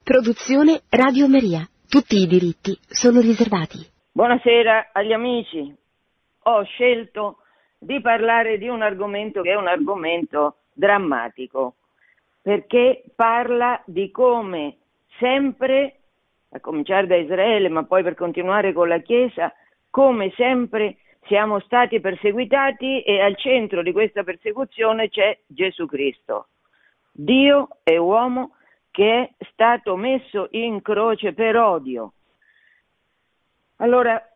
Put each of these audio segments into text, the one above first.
Produzione Radio Maria. Tutti i diritti sono riservati. Buonasera agli amici. Ho scelto di parlare di un argomento che è un argomento drammatico, perché parla di come sempre, a cominciare da Israele, ma poi per continuare con la Chiesa, come sempre siamo stati perseguitati e al centro di questa persecuzione c'è Gesù Cristo, Dio e uomo, che è stato messo in croce per odio. Allora,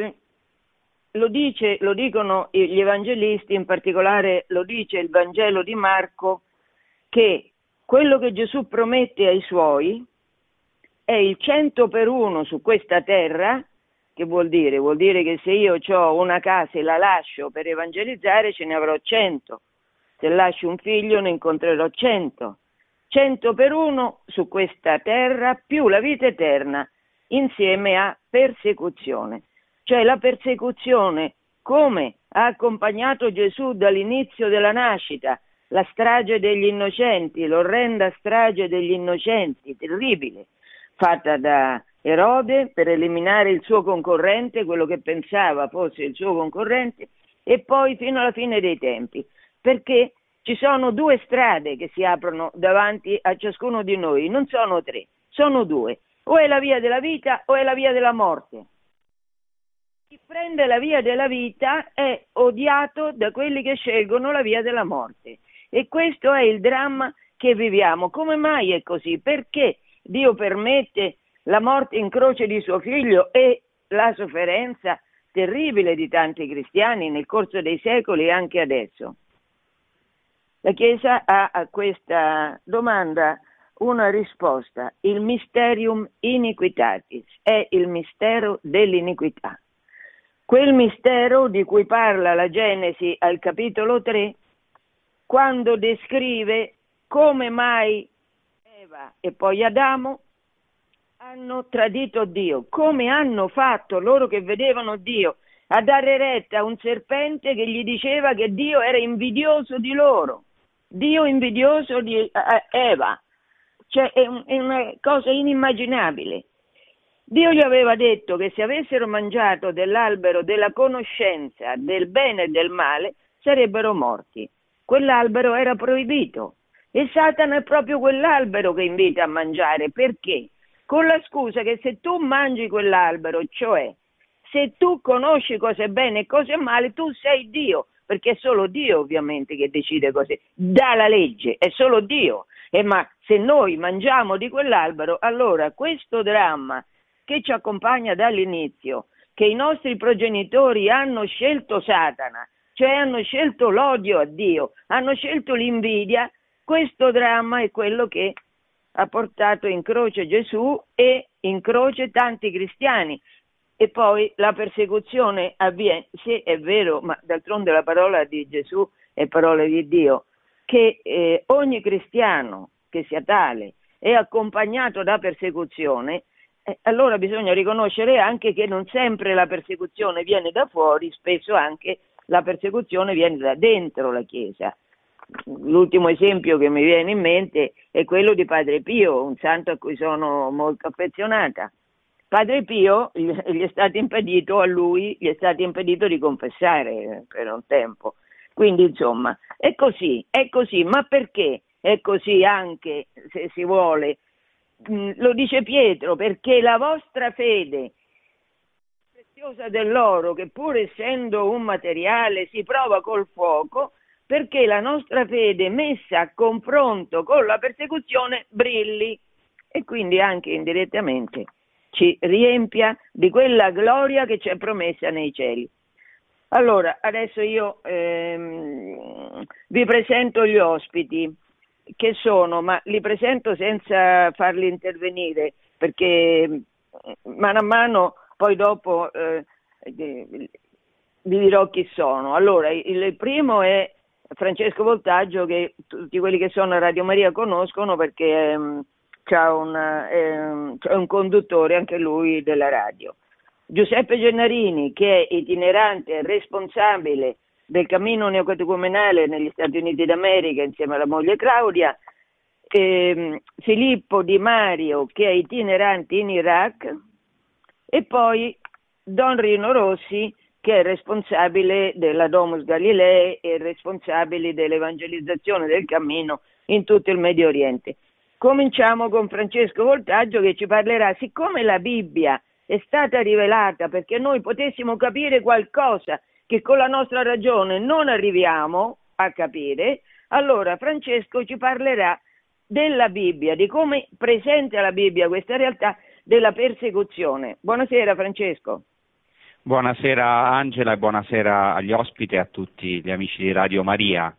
lo dicono gli evangelisti, in particolare lo dice il Vangelo di Marco, che quello che Gesù promette ai suoi è il 100 per 1 su questa terra. Che vuol dire? Vuol dire che se io ho una casa e la lascio per evangelizzare ce ne avrò 100. Se lascio un figlio ne incontrerò 100. 100 per 1 su questa terra più la vita eterna insieme a persecuzione. Cioè la persecuzione come ha accompagnato Gesù dall'inizio della nascita, la strage degli innocenti, l'orrenda strage degli innocenti, terribile, fatta da Erode per eliminare il suo concorrente, quello che pensava fosse il suo concorrente, e poi fino alla fine dei tempi, perché ci sono due strade che si aprono davanti a ciascuno di noi, non sono tre, sono due, o è la via della vita o è la via della morte. Chi prende la via della vita è odiato da quelli che scelgono la via della morte, e questo è il dramma che viviamo. Come mai è così? Perché Dio permette la morte in croce di suo figlio e la sofferenza terribile di tanti cristiani nel corso dei secoli e anche adesso? La Chiesa ha a questa domanda una risposta: il mysterium iniquitatis, è il mistero dell'iniquità. Quel mistero di cui parla la Genesi al capitolo 3, quando descrive come mai Eva e poi Adamo hanno tradito Dio, come hanno fatto loro che vedevano Dio a dare retta a un serpente che gli diceva che Dio era invidioso di loro, Dio invidioso di Eva. Cioè è una cosa inimmaginabile. Dio gli aveva detto che se avessero mangiato dell'albero della conoscenza del bene e del male sarebbero morti. Quell'albero era proibito e Satana è proprio quell'albero che invita a mangiare. Perché? Con la scusa che se tu mangi quell'albero, cioè se tu conosci cosa è bene e cosa è male, tu sei Dio, perché è solo Dio ovviamente che decide cose, dà la legge, è solo Dio. Ma se noi mangiamo di quell'albero, allora questo dramma che ci accompagna dall'inizio, che i nostri progenitori hanno scelto Satana, cioè hanno scelto l'odio a Dio, hanno scelto l'invidia, questo dramma è quello che ha portato in croce Gesù e in croce tanti cristiani. E poi la persecuzione avviene, sì è vero, ma d'altronde la parola di Gesù è parola di Dio, che ogni cristiano che sia tale è accompagnato da persecuzione, allora bisogna riconoscere anche che non sempre la persecuzione viene da fuori, spesso anche la persecuzione viene da dentro la Chiesa. L'ultimo esempio che mi viene in mente è quello di Padre Pio, un santo a cui sono molto affezionata. Padre Pio gli è stato impedito, a lui gli è stato impedito di confessare per un tempo. Quindi insomma è così, ma perché è così anche, se si vuole? Lo dice Pietro, perché la vostra fede preziosa dell'oro, che pur essendo un materiale si prova col fuoco, perché la nostra fede messa a confronto con la persecuzione brilli e quindi anche indirettamente ci riempia di quella gloria che ci è promessa nei cieli. Allora, adesso io vi presento gli ospiti che sono, ma li presento senza farli intervenire, perché mano a mano poi dopo vi dirò chi sono. Allora, il primo è Francesco Voltaggio, che tutti quelli che sono a Radio Maria conoscono perché c'è un conduttore anche lui della radio. Giuseppe Gennarini, che è itinerante responsabile del cammino neocatecumenale negli Stati Uniti d'America insieme alla moglie Claudia, Filippo Di Mario, che è itinerante in Iraq, e poi Don Rino Rossi, che è responsabile della Domus Galilei e responsabile dell'evangelizzazione del cammino in tutto il Medio Oriente. Cominciamo con Francesco Voltaggio, che ci parlerà, siccome la Bibbia è stata rivelata perché noi potessimo capire qualcosa che con la nostra ragione non arriviamo a capire, allora Francesco ci parlerà della Bibbia, di come presenta la Bibbia questa realtà della persecuzione. Buonasera Francesco. Buonasera Angela e buonasera agli ospiti e a tutti gli amici di Radio Maria.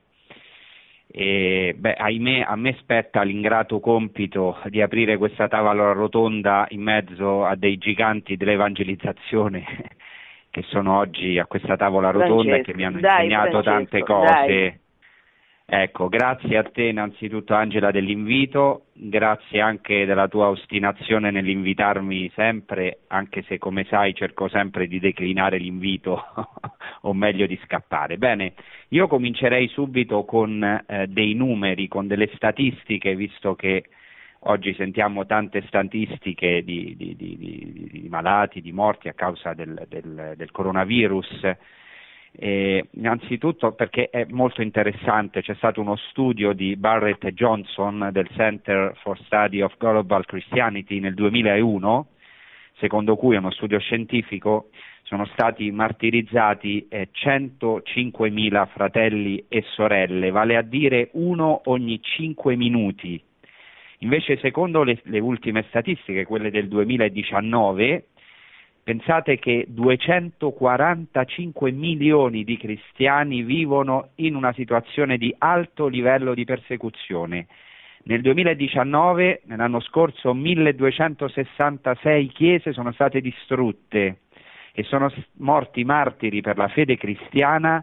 Ahimè, a me spetta l'ingrato compito di aprire questa tavola rotonda in mezzo a dei giganti dell'evangelizzazione che sono oggi a questa tavola rotonda e che mi hanno insegnato tante cose. Dai. Ecco, grazie a te innanzitutto Angela dell'invito, grazie anche della tua ostinazione nell'invitarmi sempre, anche se come sai cerco sempre di declinare l'invito o meglio di scappare. Bene, io comincerei subito con dei numeri, con delle statistiche, visto che oggi sentiamo tante statistiche di malati, di morti a causa del coronavirus. Innanzitutto perché è molto interessante, c'è stato uno studio di Barrett e Johnson del Center for Study of Global Christianity nel 2001, secondo cui, è uno studio scientifico, sono stati martirizzati 105.000 fratelli e sorelle, vale a dire uno ogni 5 minuti. Invece secondo le ultime statistiche, quelle del 2019, pensate che 245 milioni di cristiani vivono in una situazione di alto livello di persecuzione. Nel 2019, nell'anno scorso, 1266 chiese sono state distrutte e sono morti martiri per la fede cristiana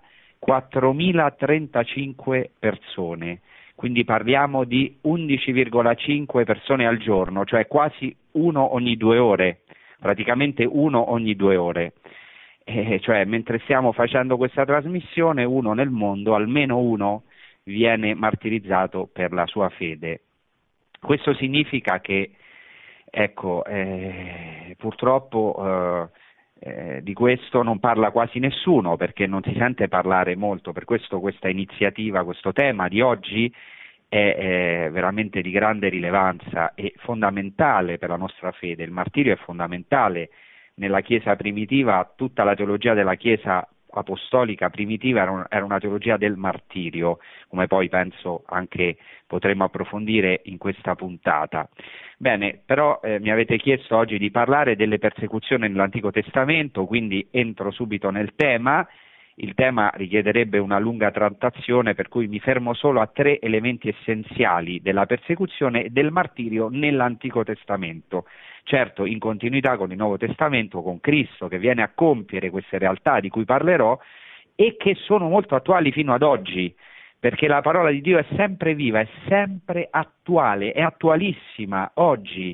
4.035 persone. Quindi parliamo di 11,5 persone al giorno, cioè quasi uno ogni 2 ore. Praticamente uno ogni 2 ore, cioè mentre stiamo facendo questa trasmissione uno nel mondo, almeno uno, viene martirizzato per la sua fede. Questo significa che, ecco, purtroppo di questo non parla quasi nessuno, perché non si sente parlare molto, per questo questa iniziativa, questo tema di oggi è veramente di grande rilevanza e fondamentale per la nostra fede. Il martirio è fondamentale nella Chiesa primitiva, tutta la teologia della Chiesa apostolica primitiva era una teologia del martirio, come poi penso anche potremo approfondire in questa puntata. Bene, però mi avete chiesto oggi di parlare delle persecuzioni nell'Antico Testamento, quindi entro subito nel tema. Il tema richiederebbe una lunga trattazione, per cui mi fermo solo a 3 elementi essenziali della persecuzione e del martirio nell'Antico Testamento. Certo, in continuità con il Nuovo Testamento, con Cristo che viene a compiere queste realtà di cui parlerò e che sono molto attuali fino ad oggi, perché la parola di Dio è sempre viva, è sempre attuale, è attualissima oggi.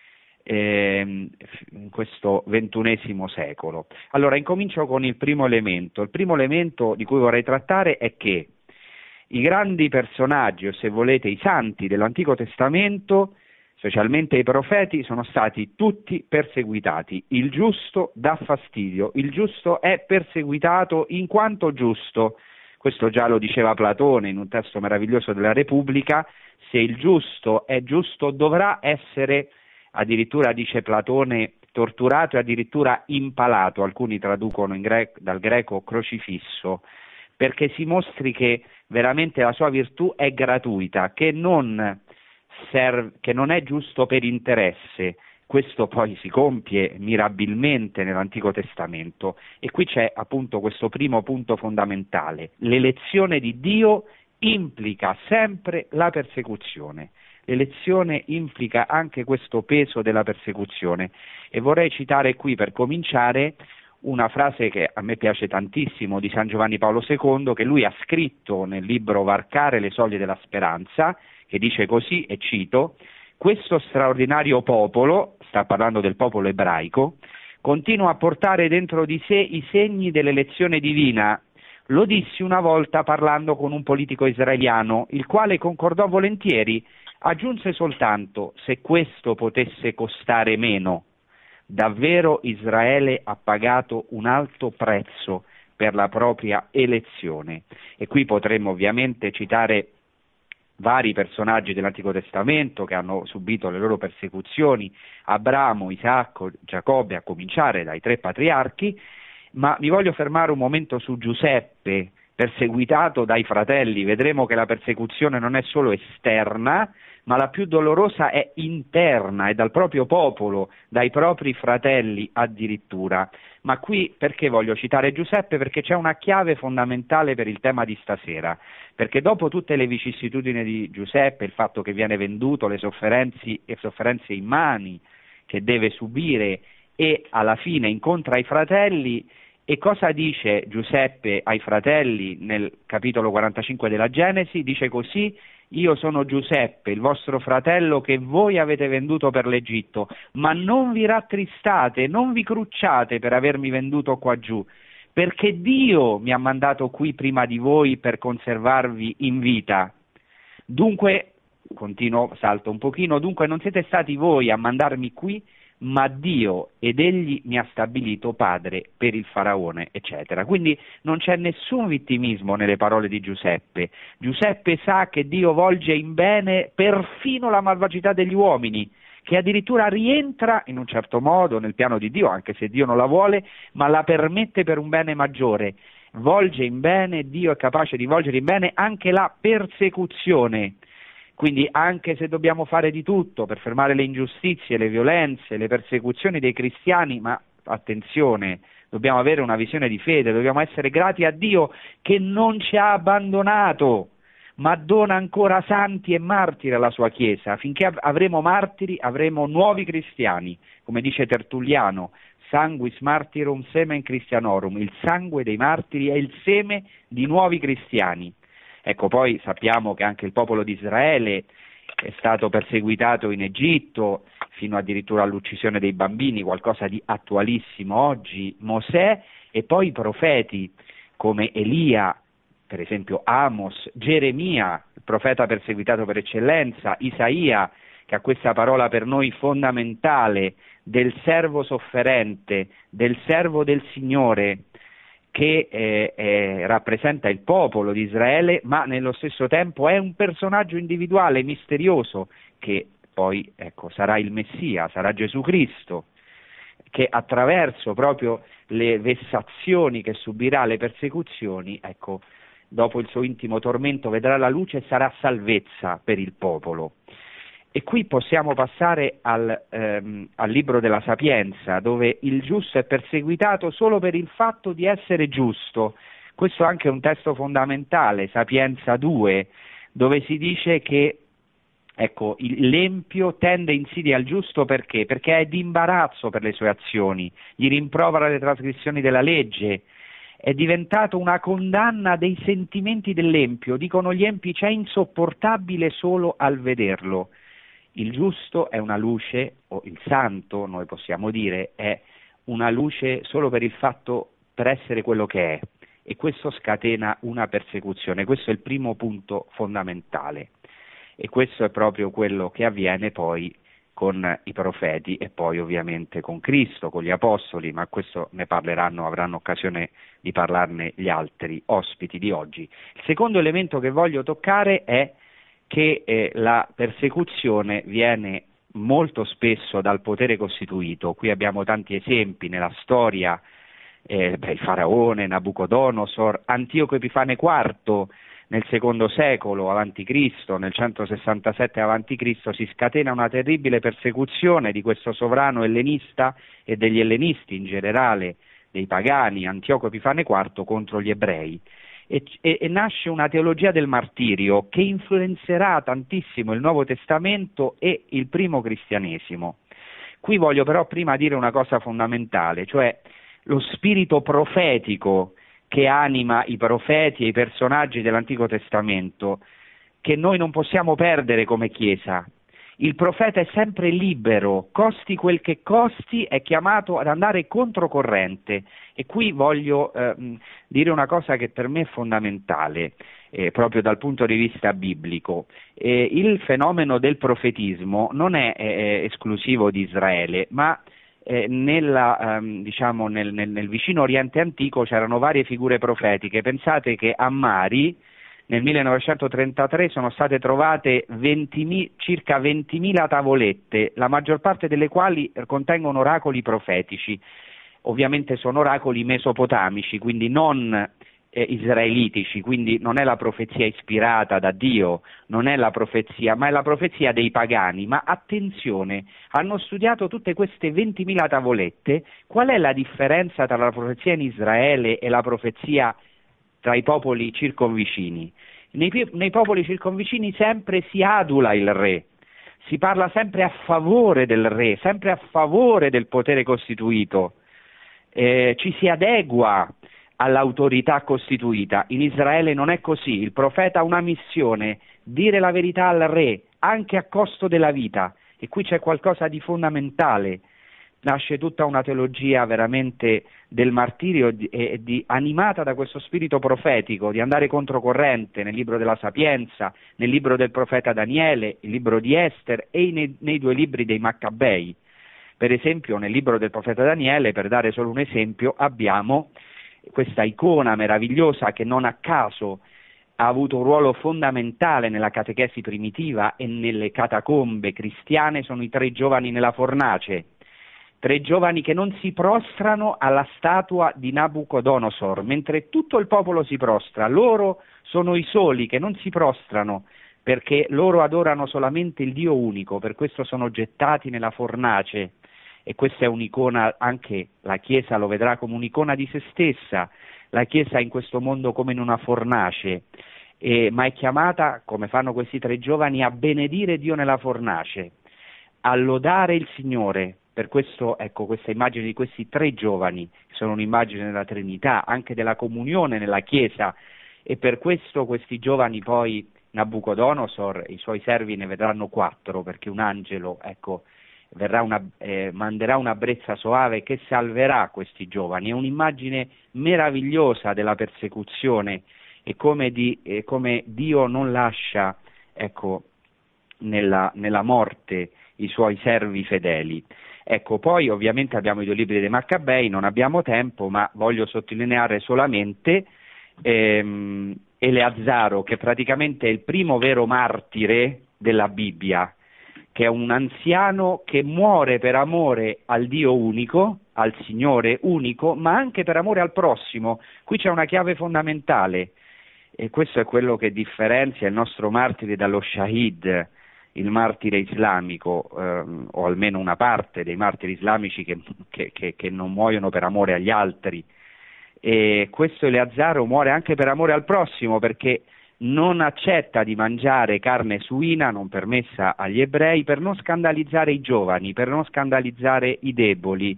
In questo XXI secolo. Allora incomincio con il primo elemento. Il primo elemento di cui vorrei trattare è che i grandi personaggi, o se volete i santi dell'Antico Testamento, specialmente i profeti, sono stati tutti perseguitati. Il giusto dà fastidio, il giusto è perseguitato in quanto giusto. Questo già lo diceva Platone in un testo meraviglioso della Repubblica: se il giusto è giusto dovrà essere, addirittura dice Platone, torturato e addirittura impalato, alcuni traducono dal greco crocifisso, perché si mostri che veramente la sua virtù è gratuita, che non è giusto per interesse. Questo poi si compie mirabilmente nell'Antico Testamento e qui c'è appunto questo primo punto fondamentale: l'elezione di Dio implica sempre la persecuzione. L'elezione implica anche questo peso della persecuzione e vorrei citare qui per cominciare una frase che a me piace tantissimo di San Giovanni Paolo II, che lui ha scritto nel libro Varcare le soglie della speranza, che dice così, e cito: questo straordinario popolo, sta parlando del popolo ebraico, continua a portare dentro di sé i segni dell'elezione divina. Lo dissi una volta parlando con un politico israeliano, il quale concordò volentieri Aggiunse soltanto: se questo potesse costare meno, davvero Israele ha pagato un alto prezzo per la propria elezione. E qui potremmo ovviamente citare vari personaggi dell'Antico Testamento che hanno subito le loro persecuzioni: Abramo, Isacco, Giacobbe, a cominciare dai 3 patriarchi, ma mi voglio fermare un momento su Giuseppe, perseguitato dai fratelli. Vedremo che la persecuzione non è solo esterna, ma la più dolorosa è interna, è dal proprio popolo, dai propri fratelli addirittura. Ma qui perché voglio citare Giuseppe? Perché c'è una chiave fondamentale per il tema di stasera, perché dopo tutte le vicissitudini di Giuseppe, il fatto che viene venduto, le sofferenze immani che deve subire, e alla fine incontra i fratelli. E cosa dice Giuseppe ai fratelli nel capitolo 45 della Genesi? Dice così: io sono Giuseppe, il vostro fratello che voi avete venduto per l'Egitto, ma non vi rattristate, non vi crucciate per avermi venduto qua giù, perché Dio mi ha mandato qui prima di voi per conservarvi in vita. Dunque, salto un pochino, dunque non siete stati voi a mandarmi qui, ma Dio, ed egli mi ha stabilito padre per il faraone, eccetera. Quindi non c'è nessun vittimismo nelle parole di Giuseppe. Giuseppe sa che Dio volge in bene perfino la malvagità degli uomini, che addirittura rientra in un certo modo nel piano di Dio, anche se Dio non la vuole, ma la permette per un bene maggiore. Volge in bene, Dio è capace di volgere in bene anche la persecuzione. Quindi anche se dobbiamo fare di tutto per fermare le ingiustizie, le violenze, le persecuzioni dei cristiani, ma attenzione, dobbiamo avere una visione di fede, dobbiamo essere grati a Dio che non ci ha abbandonato, ma dona ancora santi e martiri alla sua Chiesa. Finché avremo martiri avremo nuovi cristiani, come dice Tertulliano: sanguis martyrum semen Christianorum, il sangue dei martiri è il seme di nuovi cristiani. Ecco, poi sappiamo che anche il popolo di Israele è stato perseguitato in Egitto, fino addirittura all'uccisione dei bambini, qualcosa di attualissimo oggi, Mosè, e poi i profeti come Elia, per esempio Amos, Geremia, il profeta perseguitato per eccellenza, Isaia, che ha questa parola per noi fondamentale, del servo sofferente, del servo del Signore, che rappresenta il popolo di Israele, ma nello stesso tempo è un personaggio individuale, misterioso, che poi sarà il Messia, sarà Gesù Cristo, che attraverso proprio le vessazioni che subirà, le persecuzioni, dopo il suo intimo tormento vedrà la luce e sarà salvezza per il popolo. E qui possiamo passare al libro della Sapienza, dove il giusto è perseguitato solo per il fatto di essere giusto. Questo è anche un testo fondamentale, Sapienza 2, dove si dice che l'empio tende insidia al giusto perché? Perché è di imbarazzo per le sue azioni, gli rimprovera le trasgressioni della legge, è diventato una condanna dei sentimenti dell'empio. Dicono gli empi: c'è insopportabile solo al vederlo. Il giusto è una luce, o il santo, noi possiamo dire, è una luce solo per il fatto, per essere quello che è, e questo scatena una persecuzione. Questo è il primo punto fondamentale, e questo è proprio quello che avviene poi con i profeti e poi ovviamente con Cristo, con gli apostoli, ma questo ne parleranno, avranno occasione di parlarne gli altri ospiti di oggi. Il secondo elemento che voglio toccare è che la persecuzione viene molto spesso dal potere costituito. Qui abbiamo tanti esempi nella storia, il faraone, Nabucodonosor, Antioco Epifane IV nel secondo secolo a.C., nel 167 a.C. si scatena una terribile persecuzione di questo sovrano ellenista e degli ellenisti in generale, dei pagani, Antioco Epifane IV contro gli ebrei. E nasce una teologia del martirio che influenzerà tantissimo il Nuovo Testamento e il primo cristianesimo. Qui voglio però prima dire una cosa fondamentale, cioè lo spirito profetico che anima i profeti e i personaggi dell'Antico Testamento, che noi non possiamo perdere come Chiesa. Il profeta è sempre libero, costi quel che costi, è chiamato ad andare controcorrente. E qui voglio dire una cosa che per me è fondamentale. proprio dal punto di vista biblico. Il fenomeno del profetismo non è esclusivo di Israele, ma diciamo nel vicino Oriente antico c'erano varie figure profetiche. Pensate che a Mari nel 1933 sono state trovate circa 20.000 tavolette, la maggior parte delle quali contengono oracoli profetici. Ovviamente sono oracoli mesopotamici, quindi non israelitici, quindi non è la profezia ispirata da Dio, non è la profezia, ma è la profezia dei pagani. Ma attenzione, hanno studiato tutte queste 20.000 tavolette, qual è la differenza tra la profezia in Israele e la profezia tra i popoli circonvicini? Nei popoli circonvicini sempre si adula il re, si parla sempre a favore del re, sempre a favore del potere costituito, ci si adegua all'autorità costituita. In Israele non è così, il profeta ha una missione, dire la verità al re, anche a costo della vita, e qui c'è qualcosa di fondamentale. Nasce tutta una teologia veramente del martirio animata da questo spirito profetico, di andare controcorrente nel libro della Sapienza, nel libro del profeta Daniele, il libro di Ester e nei 2 libri dei Maccabei. Per esempio nel libro del profeta Daniele, per dare solo un esempio, abbiamo questa icona meravigliosa che non a caso ha avuto un ruolo fondamentale nella catechesi primitiva e nelle catacombe cristiane, sono i 3 giovani nella fornace. 3 giovani che non si prostrano alla statua di Nabucodonosor, mentre tutto il popolo si prostra. Loro sono i soli che non si prostrano, perché loro adorano solamente il Dio unico, per questo sono gettati nella fornace. E questa è un'icona, anche la Chiesa lo vedrà come un'icona di se stessa. La Chiesa è in questo mondo come in una fornace, ma è chiamata, come fanno questi 3 giovani, a benedire Dio nella fornace, a lodare il Signore. Per questo, ecco, questa immagine di questi 3 giovani, che sono un'immagine della Trinità, anche della comunione nella Chiesa, e per questo questi giovani poi, Nabucodonosor, i suoi servi ne vedranno 4, perché un angelo, ecco, manderà una brezza soave che salverà questi giovani. È un'immagine meravigliosa della persecuzione e come Dio non lascia, ecco, nella morte i suoi servi fedeli. Ecco, poi ovviamente abbiamo i 2 libri dei Maccabei, non abbiamo tempo, ma voglio sottolineare solamente Eleazzaro, che praticamente è il primo vero martire della Bibbia, che è un anziano che muore per amore al Dio unico, al Signore unico, ma anche per amore al prossimo. Qui c'è una chiave fondamentale, e questo è quello che differenzia il nostro martire dallo shahid, il martire islamico, o almeno una parte dei martiri islamici che non muoiono per amore agli altri. E questo Eleazzaro muore anche per amore al prossimo, perché non accetta di mangiare carne suina non permessa agli ebrei, per non scandalizzare i giovani, per non scandalizzare i deboli.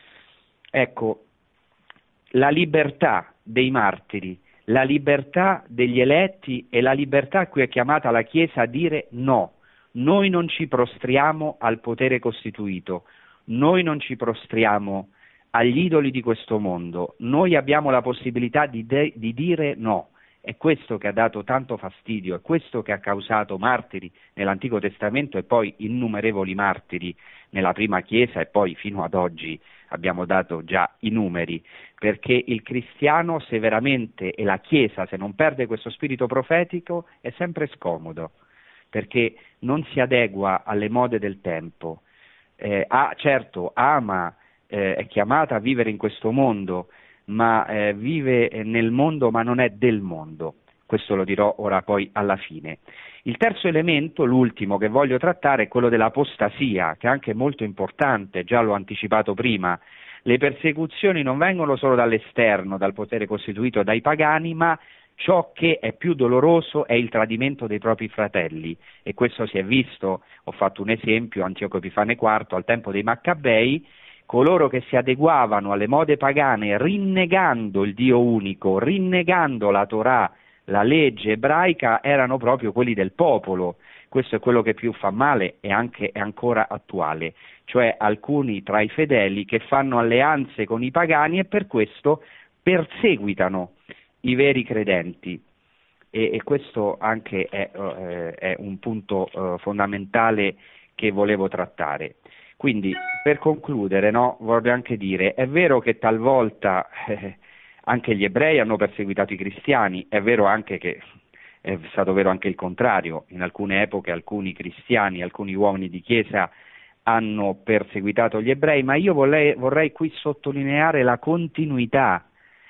Ecco, la libertà dei martiri, la libertà degli eletti e la libertà a cui è chiamata la Chiesa a dire no. Noi non ci prostriamo al potere costituito, noi non ci prostriamo agli idoli di questo mondo, noi abbiamo la possibilità di dire no. È questo che ha dato tanto fastidio, è questo che ha causato martiri nell'Antico Testamento e poi innumerevoli martiri nella prima Chiesa, e poi fino ad oggi abbiamo dato già i numeri, perché il cristiano, se veramente, e la Chiesa, se non perde questo spirito profetico, è sempre scomodo, perché non si adegua alle mode del tempo. Certo, ama, è chiamata a vivere in questo mondo, ma vive nel mondo ma non è del mondo. Questo lo dirò ora poi alla fine. Il terzo elemento, l'ultimo che voglio trattare, è quello dell'apostasia, che è anche molto importante, già l'ho anticipato prima. Le persecuzioni non vengono solo dall'esterno, dal potere costituito dai pagani, ma ciò che è più doloroso è il tradimento dei propri fratelli, e questo si è visto. Ho fatto un esempio, Antioco Epifane IV, al tempo dei Maccabei, coloro che si adeguavano alle mode pagane rinnegando il Dio unico, rinnegando la Torah, la legge ebraica, erano proprio quelli del popolo. Questo è quello che più fa male e anche è ancora attuale, cioè alcuni tra i fedeli che fanno alleanze con i pagani e per questo perseguitano i veri credenti. e questo anche è un punto fondamentale che volevo trattare. Quindi, per concludere, no, voglio anche dire, è vero che talvolta anche gli ebrei hanno perseguitato i cristiani, è vero anche che è stato vero anche il contrario, in alcune epoche alcuni cristiani, alcuni uomini di chiesa hanno perseguitato gli ebrei, ma io vorrei qui sottolineare la continuità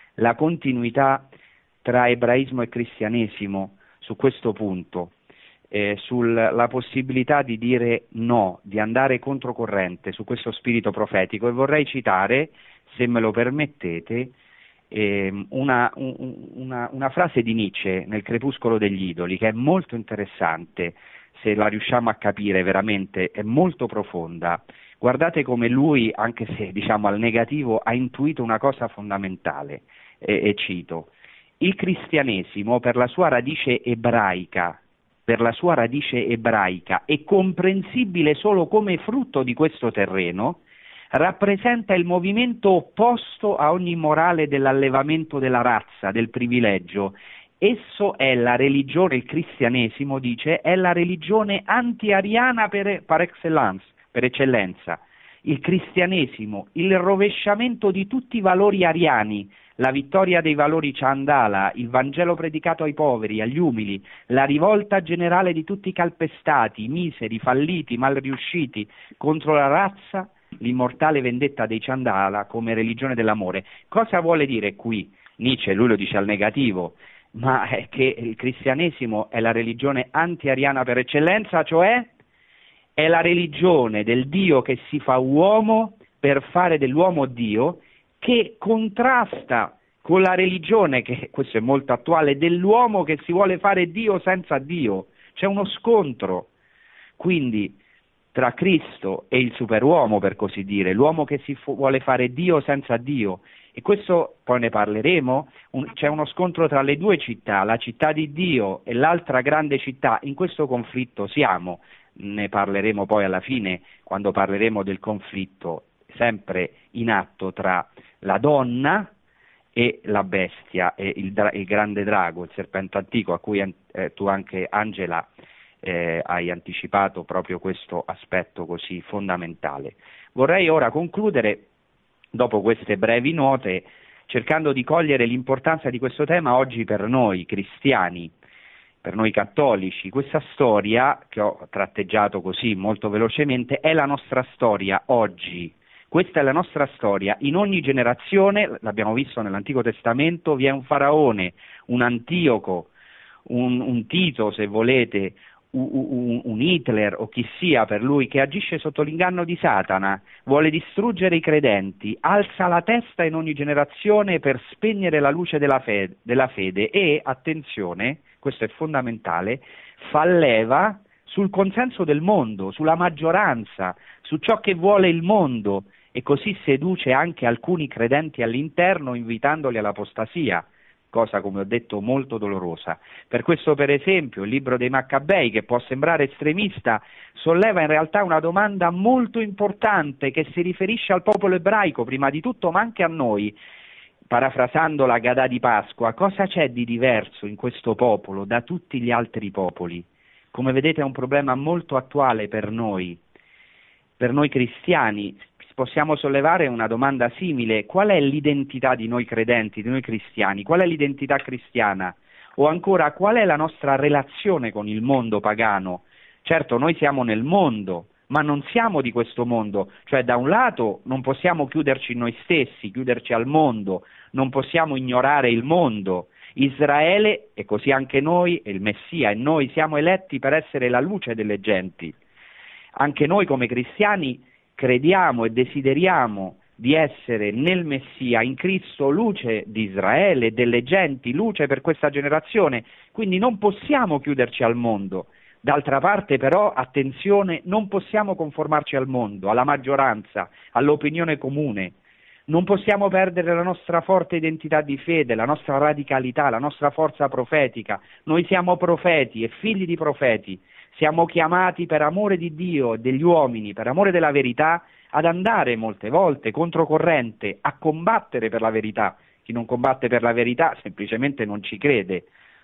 tra ebraismo e cristianesimo su questo punto, sulla possibilità di dire no, di andare controcorrente su questo spirito profetico, e vorrei citare, se me lo permettete, una frase di Nietzsche nel Crepuscolo degli idoli, che è molto interessante, se la riusciamo a capire veramente, è molto profonda. Guardate come lui, anche se diciamo al negativo, ha intuito una cosa fondamentale, e cito: il cristianesimo per la sua radice ebraica e comprensibile solo come frutto di questo terreno, rappresenta il movimento opposto a ogni morale dell'allevamento della razza, del privilegio. Esso è la religione, il cristianesimo, dice, è la religione anti-ariana par excellence, per eccellenza. Il cristianesimo, il rovesciamento di tutti i valori ariani, la vittoria dei valori Chandala, il Vangelo predicato ai poveri, agli umili, la rivolta generale di tutti i calpestati, miseri, falliti, mal riusciti contro la razza, l'immortale vendetta dei Chandala come religione dell'amore. Cosa vuole dire qui? Nietzsche, lui lo dice al negativo, ma è che il cristianesimo è la religione anti-ariana per eccellenza, cioè è la religione del Dio che si fa uomo per fare dell'uomo Dio, che contrasta con la religione, che questo è molto attuale, dell'uomo che si vuole fare Dio senza Dio. C'è uno scontro, quindi, tra Cristo e il superuomo, per così dire, l'uomo che si vuole fare Dio senza Dio. E questo poi ne parleremo, c'è uno scontro tra le due città, la città di Dio e l'altra grande città. In questo conflitto siamo, ne parleremo poi alla fine, quando parleremo del conflitto sempre in atto tra la donna e la bestia, e il grande drago, il serpente antico, a cui tu anche, Angela, hai anticipato proprio questo aspetto così fondamentale. Vorrei ora concludere, dopo queste brevi note, cercando di cogliere l'importanza di questo tema oggi per noi cristiani, per noi cattolici. Questa storia, che ho tratteggiato così molto velocemente, è la nostra storia oggi. Questa è la nostra storia. In ogni generazione, l'abbiamo visto nell'Antico Testamento, vi è un faraone, un Antioco, un Tito, se volete, un Hitler o chi sia per lui, che agisce sotto l'inganno di Satana, vuole distruggere i credenti, alza la testa in ogni generazione per spegnere la luce della fede e, attenzione, questo è fondamentale, fa leva sul consenso del mondo, sulla maggioranza, su ciò che vuole il mondo, e così seduce anche alcuni credenti all'interno, invitandoli all'apostasia, cosa, come ho detto, molto dolorosa. Per questo, per esempio, il libro dei Maccabei, che può sembrare estremista, solleva in realtà una domanda molto importante che si riferisce al popolo ebraico prima di tutto, ma anche a noi. Parafrasando la Gadà di Pasqua, cosa c'è di diverso in questo popolo da tutti gli altri popoli? Come vedete è un problema molto attuale per noi cristiani. Possiamo sollevare una domanda simile: qual è l'identità di noi credenti, di noi cristiani? Qual è l'identità cristiana? O ancora, qual è la nostra relazione con il mondo pagano? Certo, noi siamo nel mondo, ma non siamo di questo mondo, cioè da un lato non possiamo chiuderci in noi stessi, chiuderci al mondo, non possiamo ignorare il mondo. Israele, e così anche noi, e il Messia, e noi siamo eletti per essere la luce delle genti. Anche noi come cristiani crediamo e desideriamo di essere nel Messia, in Cristo, luce di Israele, delle genti, luce per questa generazione, quindi non possiamo chiuderci al mondo. D'altra parte però, attenzione, non possiamo conformarci al mondo, alla maggioranza, all'opinione comune. Non possiamo perdere la nostra forte identità di fede, la nostra radicalità, la nostra forza profetica. Noi siamo profeti e figli di profeti. Siamo chiamati per amore di Dio e degli uomini, per amore della verità, ad andare molte volte controcorrente, a combattere per la verità. Chi non combatte per la verità semplicemente non ci crede.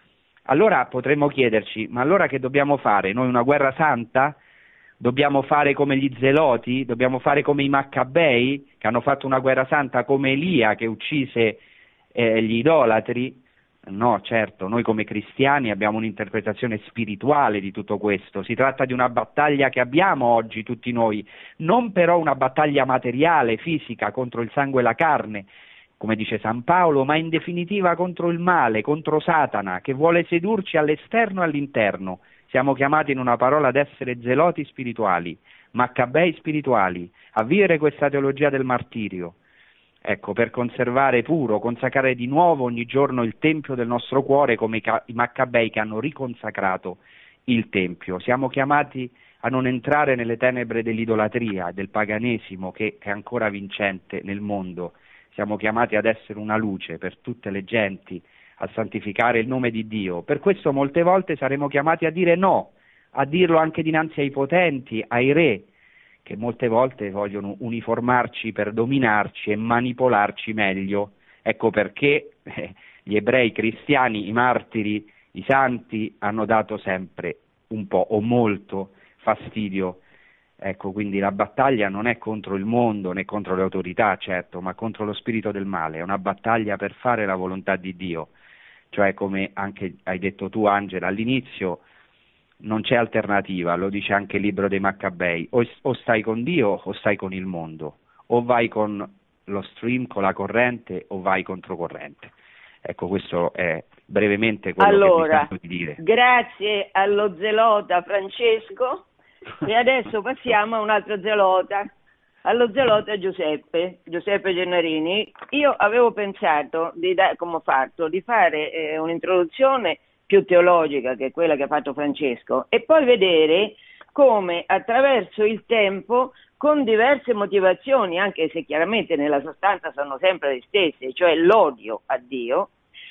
Allora potremmo chiederci, ma allora che dobbiamo fare? Noi una guerra santa? Dobbiamo fare come gli Zeloti? Dobbiamo fare come i Maccabei, che hanno fatto una guerra santa, come Elia che uccise gli idolatri? No, certo, noi come cristiani abbiamo un'interpretazione spirituale di tutto questo. Si tratta di una battaglia che abbiamo oggi tutti noi, non però una battaglia materiale, fisica, contro il sangue e la carne, come dice San Paolo, ma in definitiva contro il male, contro Satana, che vuole sedurci all'esterno e all'interno. Siamo chiamati in una parola ad essere zeloti spirituali, maccabei spirituali, a vivere questa teologia del martirio. Ecco, per conservare puro, consacrare di nuovo ogni giorno il tempio del nostro cuore come i maccabei che hanno riconsacrato il tempio. Siamo chiamati a non entrare nelle tenebre dell'idolatria, del paganesimo che è ancora vincente nel mondo. Siamo chiamati ad essere una luce per tutte le genti, a santificare il nome di Dio. Per questo molte volte saremo chiamati a dire no, a dirlo anche dinanzi ai potenti, ai re, che molte volte vogliono uniformarci per dominarci e manipolarci meglio. Ecco perché gli ebrei cristiani, i martiri, i santi hanno dato sempre un po' o molto fastidio. Ecco, quindi la battaglia non è contro il mondo né contro le autorità, certo, ma contro lo spirito del male. È una battaglia per fare la volontà di Dio. Cioè, come anche hai detto tu, Angela, all'inizio non c'è alternativa, lo dice anche il libro dei Maccabei, o stai con Dio o stai con il mondo, o vai con lo stream, con la corrente, o vai controcorrente. Ecco, questo è brevemente quello che mi sento di dire. Grazie allo zelota Francesco, e adesso passiamo a un altro zelota, allo zelota Giuseppe Gennarini. Io avevo pensato, come ho fatto, di fare un'introduzione più teologica che quella che ha fatto Francesco e poi vedere come attraverso il tempo, con diverse motivazioni, anche se chiaramente nella sostanza sono sempre le stesse, cioè l'odio a Dio,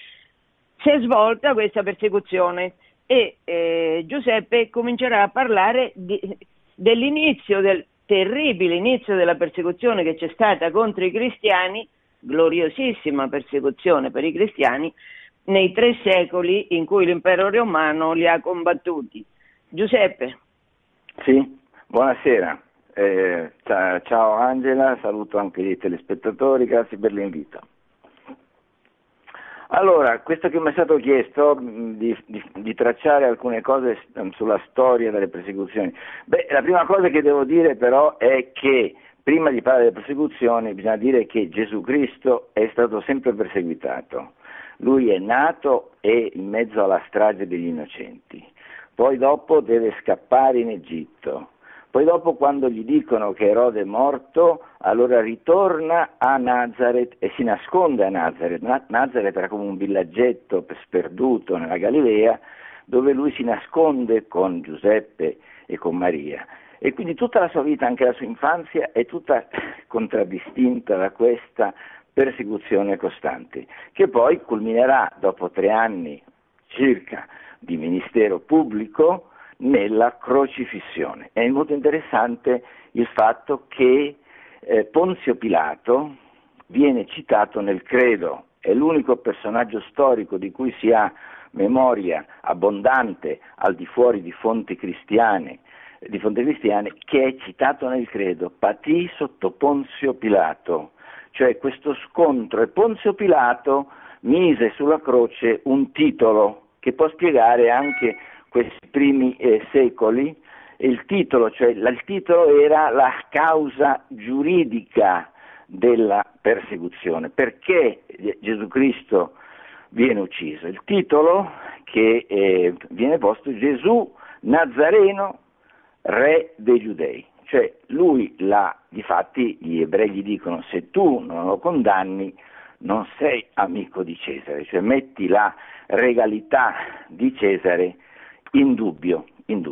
si è svolta questa persecuzione e Giuseppe comincerà a parlare dell'inizio, del terribile inizio della persecuzione che c'è stata contro i cristiani, gloriosissima persecuzione per i cristiani, nei 3 secoli in cui l'impero romano li ha combattuti. Giuseppe. Sì, buonasera. Ciao Angela, saluto anche i telespettatori, grazie per l'invito. Allora, questo che mi è stato chiesto di tracciare alcune cose sulla storia delle persecuzioni. La prima cosa che devo dire però è che prima di parlare delle persecuzioni bisogna dire che Gesù Cristo è stato sempre perseguitato. Lui è nato e in mezzo alla strage degli innocenti, poi dopo deve scappare in Egitto, poi dopo quando gli dicono che Erode è morto, allora ritorna a Nazareth e si nasconde a Nazareth. Nazareth era come un villaggetto sperduto nella Galilea, dove lui si nasconde con Giuseppe e con Maria. E quindi tutta la sua vita, anche la sua infanzia, è tutta contraddistinta da questa persecuzione costante, che poi culminerà dopo 3 anni circa di ministero pubblico nella crocifissione. È molto interessante il fatto che Ponzio Pilato viene citato nel credo, è l'unico personaggio storico di cui si ha memoria abbondante al di fuori di fonti cristiane che è citato nel credo: patì sotto Ponzio Pilato. Cioè questo scontro, e Ponzio Pilato mise sulla croce un titolo che può spiegare anche questi primi secoli. Il titolo era la causa giuridica della persecuzione, perché Gesù Cristo viene ucciso. Il titolo che viene posto: Gesù Nazareno, re dei Giudei. Cioè lui difatti gli ebrei gli dicono: se tu non lo condanni non sei amico di Cesare, cioè metti la regalità di Cesare in dubbio.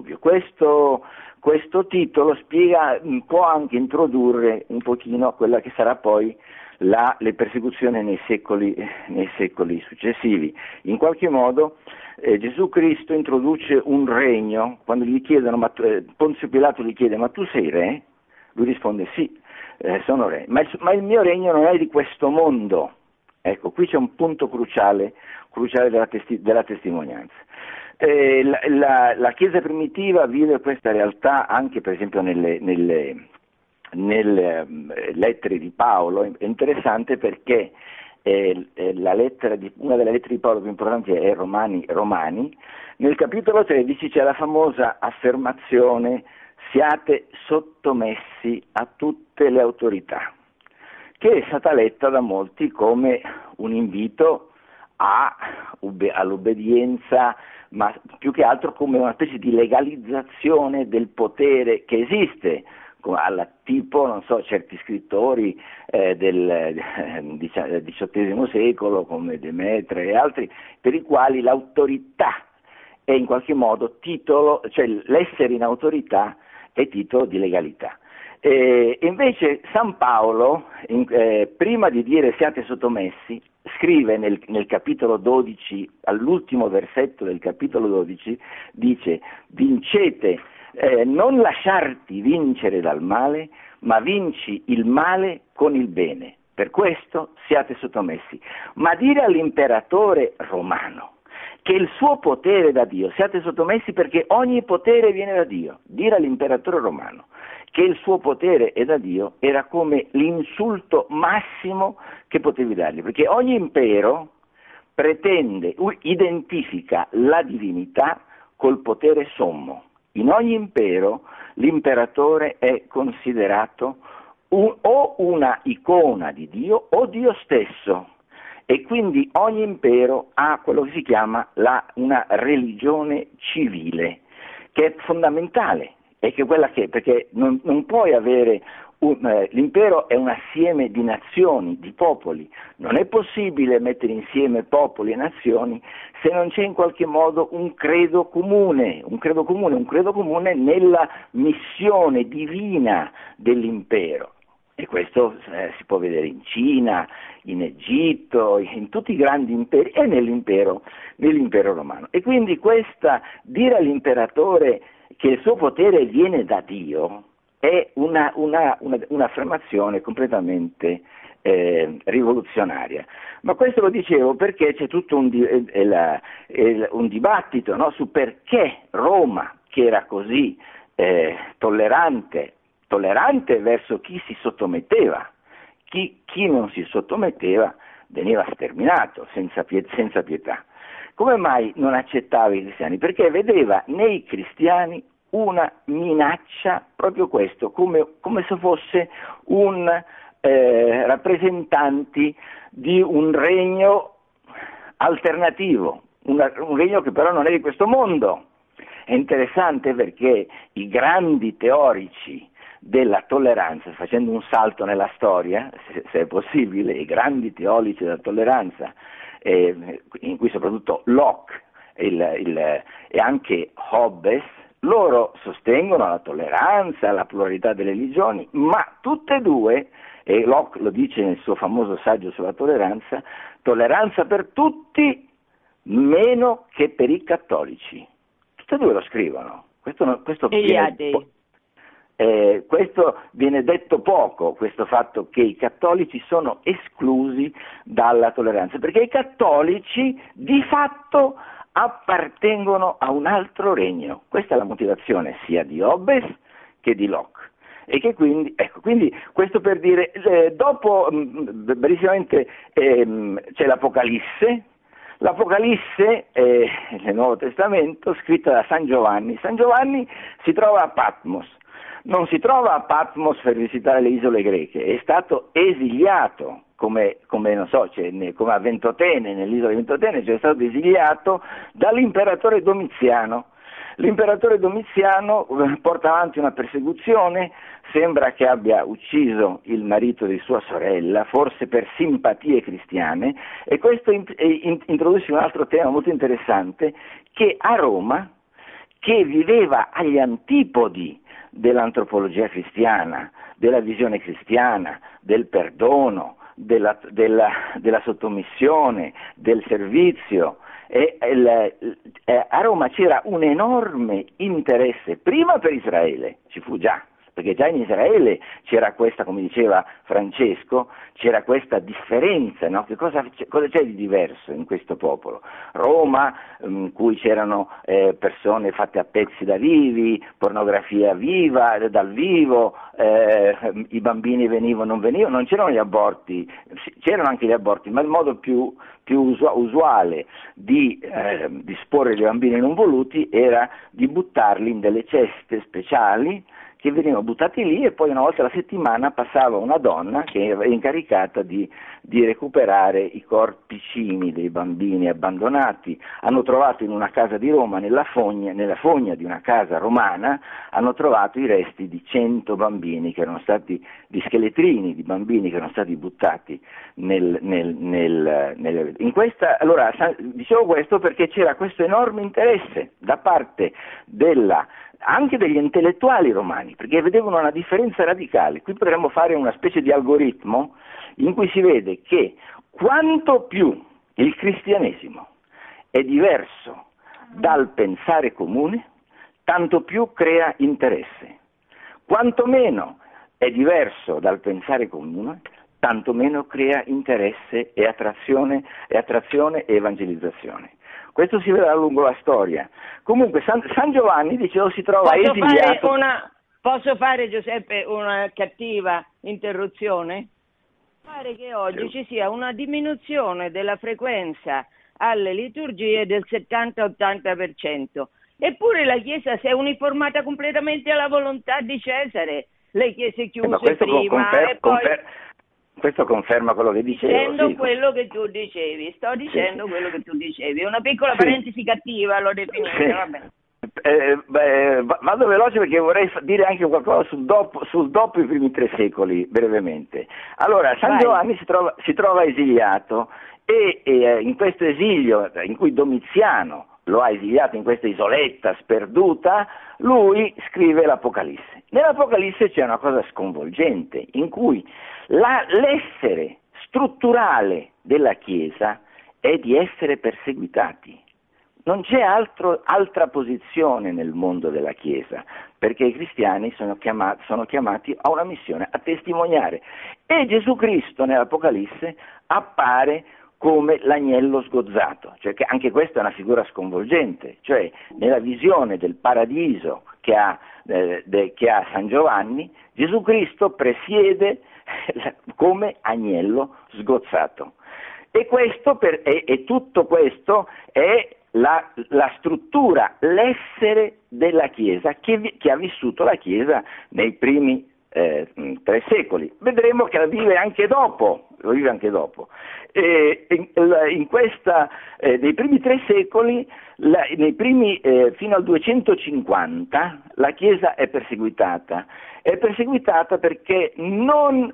Questo titolo può anche introdurre un pochino quella che sarà poi le persecuzioni nei secoli successivi. In qualche modo Gesù Cristo introduce un regno. Quando gli chiedono, Ponzio Pilato gli chiede: ma tu sei re? Lui risponde: sì, sono re, ma il mio regno non è di questo mondo. Ecco, qui c'è un punto cruciale della testimonianza. La Chiesa primitiva vive questa realtà anche per esempio nelle lettere di Paolo. È interessante perché una delle lettere di Paolo più importanti è Romani. Nel capitolo 13 c'è la famosa affermazione: siate sottomessi a tutte le autorità, che è stata letta da molti come un invito all'obbedienza, ma più che altro come una specie di legalizzazione del potere che esiste, tipo, non so, certi scrittori del XVIII secolo come Demetre e altri, per i quali l'autorità è in qualche modo titolo, cioè l'essere in autorità è titolo di legalità. Invece San Paolo, prima di dire siate sottomessi, scrive nel capitolo 12, all'ultimo versetto del capitolo 12, dice: vincete, non lasciarti vincere dal male, ma vinci il male con il bene. Per questo siate sottomessi. Ma dire all'imperatore romano che il suo potere è da Dio, siate sottomessi perché ogni potere viene da Dio. Dire all'imperatore romano che il suo potere è da Dio era come l'insulto massimo che potevi dargli, perché ogni impero identifica la divinità col potere sommo. In ogni impero l'imperatore è considerato o una icona di Dio o Dio stesso, e quindi ogni impero ha quello che si chiama una religione civile, che è fondamentale, e che quella perché non puoi avere l'impero è un assieme di nazioni, di popoli. Non è possibile mettere insieme popoli e nazioni se non c'è in qualche modo un credo comune nella missione divina dell'impero. E questo si può vedere in Cina, in Egitto, in tutti i grandi imperi e nell'impero romano. E quindi dire all'imperatore che il suo potere viene da Dio è un'affermazione completamente rivoluzionaria. Ma questo lo dicevo perché c'è tutto un dibattito, no, su perché Roma, che era così tollerante verso chi si sottometteva, chi non si sottometteva veniva sterminato senza pietà. Come mai non accettava i cristiani? Perché vedeva nei cristiani una minaccia, proprio questo, come se fosse rappresentanti di un regno alternativo, un regno che però non è di questo mondo. È interessante perché i grandi teorici della tolleranza, facendo un salto nella storia, se è possibile, i grandi teorici della tolleranza, in cui soprattutto Locke e anche Hobbes, loro sostengono la tolleranza, la pluralità delle religioni, ma tutte e due, e Locke lo dice nel suo famoso saggio sulla tolleranza per tutti meno che per i cattolici. Tutte e due lo scrivono. Questo viene detto poco, questo fatto che i cattolici sono esclusi dalla tolleranza, perché i cattolici di fatto appartengono a un altro regno. Questa è la motivazione sia di Hobbes che di Locke. E che quindi questo per dire, dopo brevissimamente c'è l'Apocalisse nel Nuovo Testamento, scritta da San Giovanni. San Giovanni si trova a Patmos. Non si trova a Patmos per visitare le isole greche, è stato esiliato, come non so, come a Ventotene, nell'isola di Ventotene, è stato esiliato dall'imperatore Domiziano. L'imperatore Domiziano porta avanti una persecuzione, sembra che abbia ucciso il marito di sua sorella, forse per simpatie cristiane, e questo introduce un altro tema molto interessante, che a Roma, che viveva agli antipodi dell'antropologia cristiana, della visione cristiana, del perdono, della sottomissione, del servizio, a Roma c'era un enorme interesse, prima per Israele, ci fu già, perché già in Israele c'era questa, come diceva Francesco, c'era questa differenza, no? Che cosa c'è di diverso in questo popolo? Roma, in cui c'erano persone fatte a pezzi da vivi, pornografia viva, dal vivo, i bambini venivano, non venivano, non c'erano gli aborti, c'erano anche gli aborti, ma il modo più usuale di disporre dei bambini non voluti era di buttarli in delle ceste speciali che venivano buttati lì, e poi una volta alla settimana passava una donna che era incaricata di recuperare i corpicini dei bambini abbandonati. Hanno trovato in una casa di Roma, nella fogna di una casa romana, hanno trovato i resti di 100 bambini che erano stati, di scheletrini di bambini che erano stati buttati in questa. Allora, dicevo questo perché c'era questo enorme interesse da parte anche degli intellettuali romani, perché vedevano una differenza radicale. Qui potremmo fare una specie di algoritmo in cui si vede che quanto più il cristianesimo è diverso dal pensare comune, tanto più crea interesse. Quanto meno è diverso dal pensare comune, tanto meno crea interesse e attrazione e evangelizzazione. Questo si vedrà lungo la storia. Comunque San Giovanni, dicevo, si trova esiliato. Posso fare, Giuseppe, una cattiva interruzione? Pare che oggi ci sia una diminuzione della frequenza alle liturgie del 70-80%. Eppure la Chiesa si è uniformata completamente alla volontà di Cesare. Le chiese chiuse prima e poi... Questo conferma quello che dicevo. Dicendo quello che tu dicevi, sto dicendo quello che tu dicevi. Una piccola parentesi cattiva, l'ho definita, va bene. Vado veloce perché vorrei dire anche qualcosa sul dopo i primi 3 secoli, brevemente. Allora, San Giovanni si trova esiliato e in questo esilio, in cui Domiziano lo ha esiliato in questa isoletta sperduta, lui scrive l'Apocalisse. Nell'Apocalisse c'è una cosa sconvolgente, in cui l'essere strutturale della Chiesa è di essere perseguitati. Non c'è altra posizione nel mondo della Chiesa, perché i cristiani sono chiamati a una missione, a testimoniare. E Gesù Cristo nell'Apocalisse appare come l'agnello sgozzato, cioè che anche questa è una figura sconvolgente, cioè nella visione del paradiso che ha San Giovanni, Gesù Cristo presiede come agnello sgozzato. E tutto questo è la struttura, l'essere della Chiesa che ha vissuto la Chiesa nei primi 3 secoli. Vedremo che lo vive anche dopo. Nei primi 3 secoli, fino al 250, la Chiesa è perseguitata perché non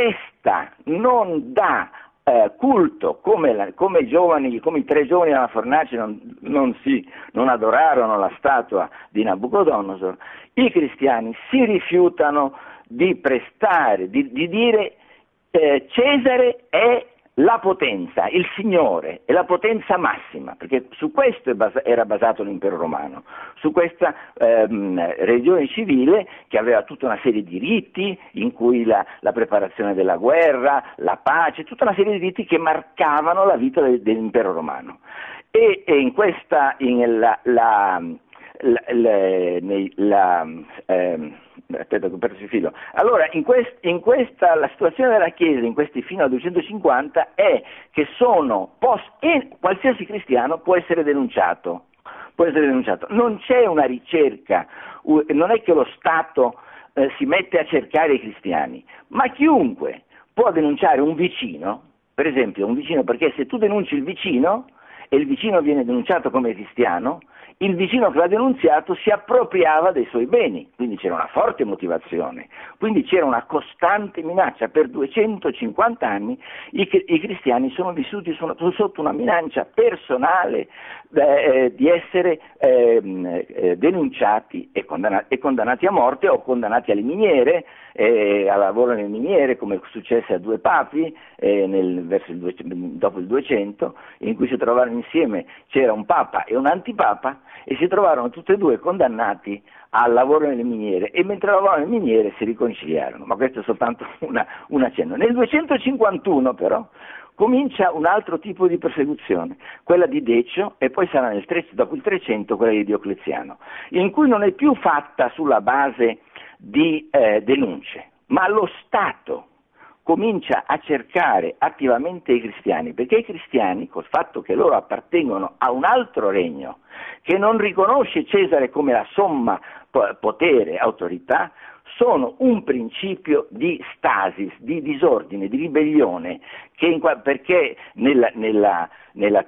dà culto, come i 3 giovani alla fornace non adorarono la statua di Nabucodonosor. I cristiani si rifiutano di dire Cesare è la potenza, il Signore, è la potenza massima, perché su questo era basato l'impero romano, su questa religione civile che aveva tutta una serie di riti, in cui la preparazione della guerra, la pace, tutta una serie di riti che marcavano la vita dell'impero romano. E in questa, aspetta che ho perso il filo. Allora, la situazione della Chiesa in questi fino al 250 è che e qualsiasi cristiano può essere denunciato. Non c'è una ricerca, non è che lo Stato si mette a cercare i cristiani, ma chiunque può denunciare un vicino, per esempio un vicino, perché se tu denunci il vicino e il vicino viene denunciato come cristiano, il vicino che l'ha denunziato si appropriava dei suoi beni, quindi c'era una forte motivazione, quindi c'era una costante minaccia. Per 250 anni i cristiani sono vissuti sotto una minaccia personale di essere denunciati e condannati a morte o condannati alle miniere, al lavoro nelle miniere, come successe a 2 papi dopo il 200, in cui si trovarono insieme, c'era un papa e un antipapa, Roma e si trovarono tutti e due condannati al lavoro nelle miniere, e mentre lavoravano nelle miniere si riconciliarono, ma questo è soltanto un accenno. Nel 251 però comincia un altro tipo di persecuzione, quella di Decio, e poi sarà dopo il 300 quella di Diocleziano, in cui non è più fatta sulla base di denunce, ma lo Stato comincia a cercare attivamente i cristiani, perché i cristiani, col fatto che loro appartengono a un altro regno che non riconosce Cesare come la somma potere, autorità, sono un principio di stasis, di disordine, di ribellione, perché nella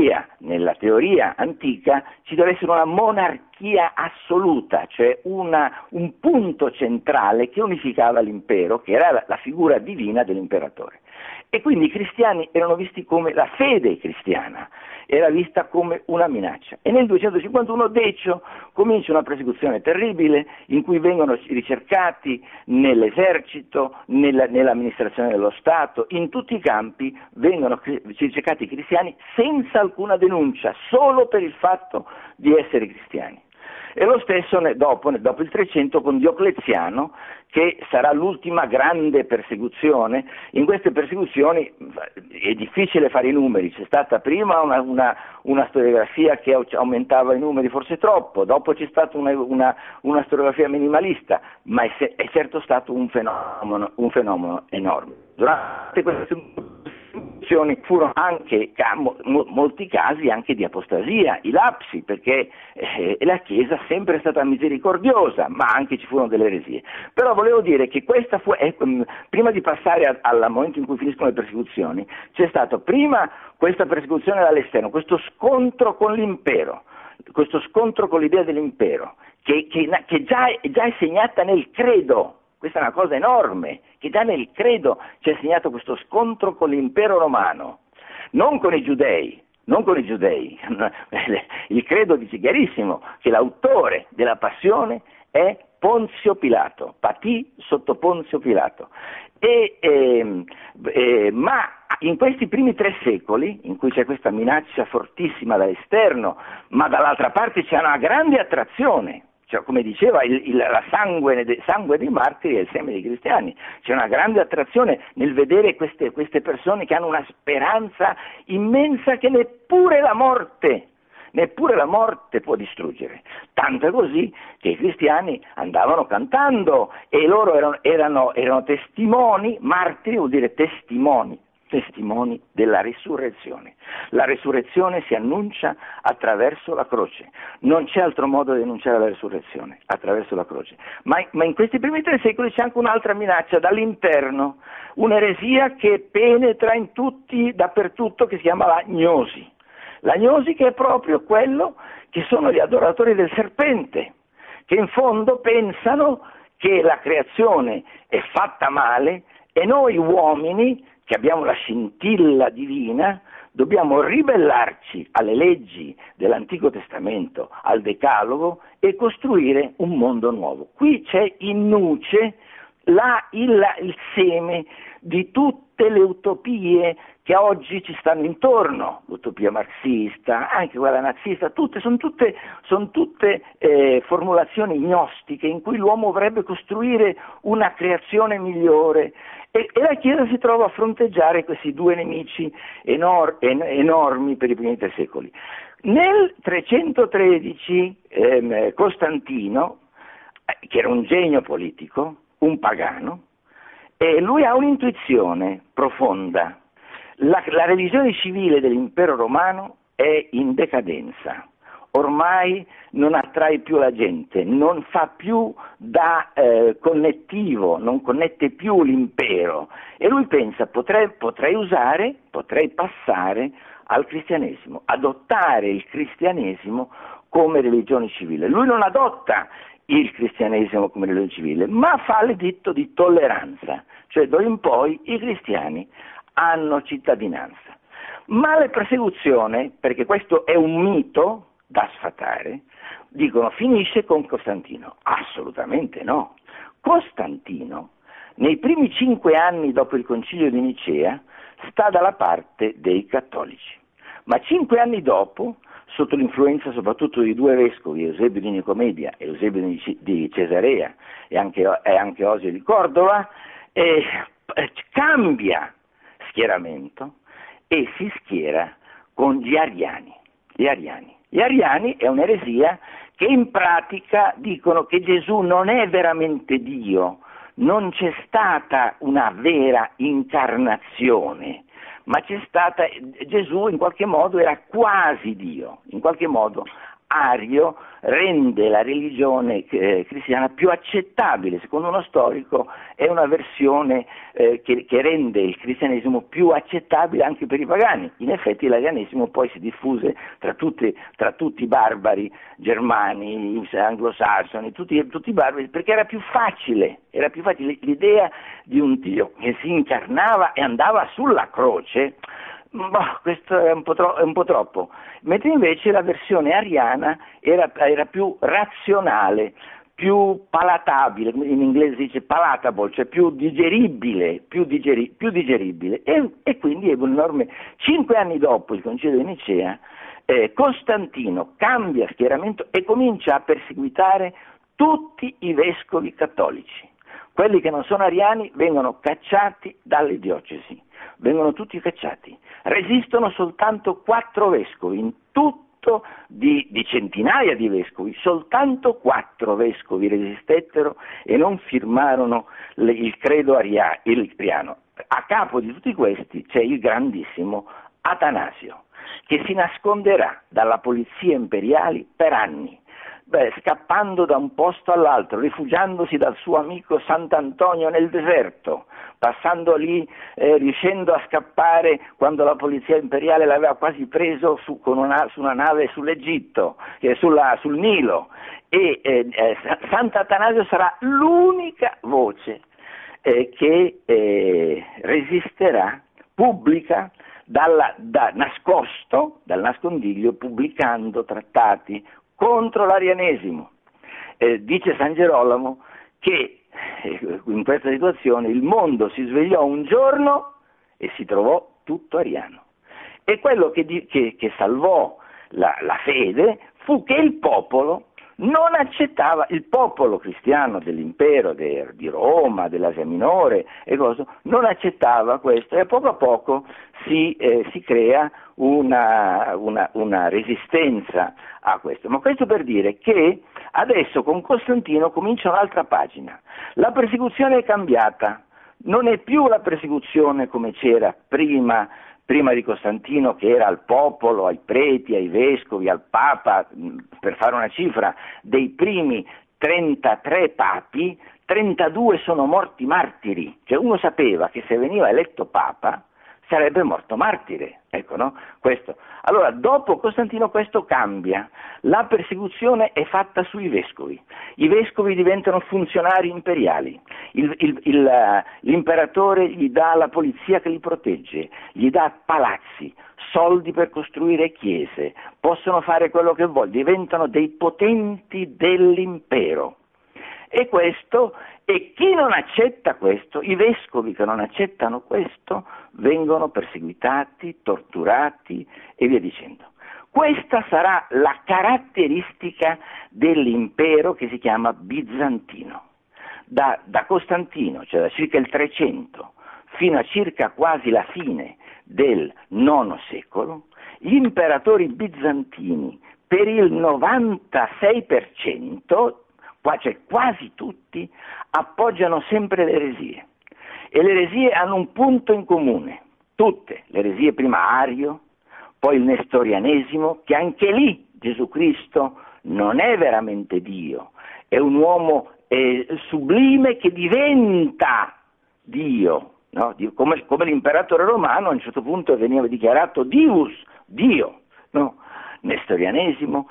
teoria antica ci deve essere una monarchia assoluta, cioè un punto centrale che unificava l'impero, che era la figura divina dell'imperatore. E quindi i cristiani erano visti come la fede cristiana, era vista come una minaccia. E nel 251 Decio comincia una persecuzione terribile in cui vengono ricercati nell'esercito, nell'amministrazione dello Stato, in tutti i campi vengono ricercati i cristiani senza alcuna denuncia, solo per il fatto di essere cristiani. E lo stesso dopo il 300 con Diocleziano, che sarà l'ultima grande persecuzione. In queste persecuzioni è difficile fare i numeri, c'è stata prima una storiografia che aumentava i numeri forse troppo, dopo c'è stata una storiografia minimalista, ma è certo stato un fenomeno enorme. Durante queste persecuzioni furono anche molti casi anche di apostasia, i lapsi, perché la Chiesa è sempre stata misericordiosa, ma anche ci furono delle eresie. Però volevo dire che questa prima di passare al momento in cui finiscono le persecuzioni, c'è stata prima questa persecuzione dall'esterno, questo scontro con l'impero, questo scontro con l'idea dell'impero, che già è segnata nel credo. Questa è una cosa enorme, che già nel credo c'è segnato questo scontro con l'impero romano, non con i giudei. Il credo dice chiarissimo che l'autore della passione è Ponzio Pilato, patì sotto Ponzio Pilato. Ma in questi primi 3 secoli, in cui c'è questa minaccia fortissima dall'esterno, ma dall'altra parte c'è una grande attrazione, cioè, come diceva, la sangue dei martiri è il seme dei cristiani. C'è una grande attrazione nel vedere queste persone che hanno una speranza immensa che neppure la morte può distruggere. Tanto è così che i cristiani andavano cantando e loro erano testimoni, martiri vuol dire testimoni della risurrezione. La risurrezione si annuncia attraverso la croce, non c'è altro modo di annunciare la risurrezione, attraverso la croce. Ma in questi primi 3 secoli c'è anche un'altra minaccia dall'interno, un'eresia che penetra in tutti, dappertutto, che si chiama la gnosi. La gnosi, che è proprio quello che sono gli adoratori del serpente, che in fondo pensano che la creazione è fatta male e noi uomini, che abbiamo la scintilla divina, dobbiamo ribellarci alle leggi dell'Antico Testamento, al Decalogo, e costruire un mondo nuovo. Qui c'è in nuce il seme di tutte le utopie che oggi ci stanno intorno, l'utopia marxista, anche quella nazista, sono tutte formulazioni gnostiche in cui l'uomo vorrebbe costruire una creazione migliore, e la Chiesa si trova a fronteggiare questi 2 nemici enormi per i primi 3 secoli. Nel 313 Costantino, che era un genio politico, un pagano, lui ha un'intuizione profonda. La religione civile dell'impero romano è in decadenza, ormai non attrae più la gente, non fa più da connettivo, non connette più l'impero, e lui pensa potrei passare al cristianesimo, adottare il cristianesimo come religione civile. Lui non adotta il cristianesimo come religione civile, ma fa l'editto di tolleranza, cioè d'ora in poi i cristiani hanno cittadinanza. Ma la persecuzione, perché questo è un mito da sfatare, dicono finisce con Costantino. Assolutamente no. Costantino, nei primi 5 anni dopo il concilio di Nicea, sta dalla parte dei cattolici, ma 5 anni dopo sotto l'influenza soprattutto di due vescovi, Eusebio di Nicomedia e Eusebio di Cesarea e anche Osio di Cordova, cambia schieramento e si schiera con gli ariani. Gli ariani è un'eresia che in pratica dicono che Gesù non è veramente Dio, non c'è stata una vera incarnazione, ma c'è stata, Gesù in qualche modo era quasi Dio, in qualche modo Ario rende la religione cristiana più accettabile, secondo uno storico è una versione che rende il cristianesimo più accettabile anche per i pagani. In effetti l'arianesimo poi si diffuse tra tutti i barbari germani, anglosassoni, tutti i barbari, perché era più facile l'idea di un Dio che si incarnava e andava sulla croce. Questo è un po' troppo, mentre invece la versione ariana era più razionale, più palatabile, in inglese si dice palatable, cioè più digeribile, e quindi ebbe un enorme. 5 anni dopo il concilio di Nicea, Costantino cambia schieramento e comincia a perseguitare tutti i vescovi cattolici. Quelli che non sono ariani vengono cacciati dalle diocesi, vengono tutti cacciati. Resistono soltanto 4 vescovi, in tutto di centinaia di vescovi, soltanto 4 vescovi resistettero e non firmarono il credo ariano. A capo di tutti questi c'è il grandissimo Atanasio, che si nasconderà dalla polizia imperiale per anni, scappando da un posto all'altro, rifugiandosi dal suo amico Sant'Antonio nel deserto, passando lì, riuscendo a scappare quando la polizia imperiale l'aveva quasi preso su una nave sull'Egitto, sul Nilo, e Sant'Atanasio sarà l'unica voce che resisterà pubblica dal nascondiglio, pubblicando trattati contro l'arianesimo. Dice San Gerolamo che in questa situazione il mondo si svegliò un giorno e si trovò tutto ariano. E quello che salvò la fede fu che il popolo non accettava, il popolo cristiano dell'impero di Roma, dell'Asia Minore e cosa, non accettava questo, e a poco si crea una resistenza a questo. Ma questo per dire che adesso con Costantino comincia un'altra pagina. La persecuzione è cambiata, non è più la persecuzione come c'era prima di Costantino, che era al popolo, ai preti, ai vescovi, al Papa. Per fare una cifra, dei primi 33 papi, 32 sono morti martiri, cioè uno sapeva che se veniva eletto Papa sarebbe morto martire, ecco, no? Questo. Allora, dopo Costantino questo cambia, la persecuzione è fatta sui vescovi, i vescovi diventano funzionari imperiali, l'imperatore gli dà la polizia che li protegge, gli dà palazzi, soldi per costruire chiese, possono fare quello che vogliono, diventano dei potenti dell'impero. E chi non accetta questo, i vescovi che non accettano questo, vengono perseguitati, torturati e via dicendo. Questa sarà la caratteristica dell'impero che si chiama bizantino. Da Costantino, cioè da circa il 300, fino a circa quasi la fine del IX secolo, gli imperatori bizantini per il 96%, cioè quasi tutti, appoggiano sempre le eresie. E le eresie hanno un punto in comune, tutte, le eresie prima Ario, poi il nestorianesimo, che anche lì Gesù Cristo non è veramente Dio, è un uomo sublime che diventa Dio, no? Come l'imperatore romano a un certo punto veniva dichiarato Divus, Dio, no? Nestorianesimo,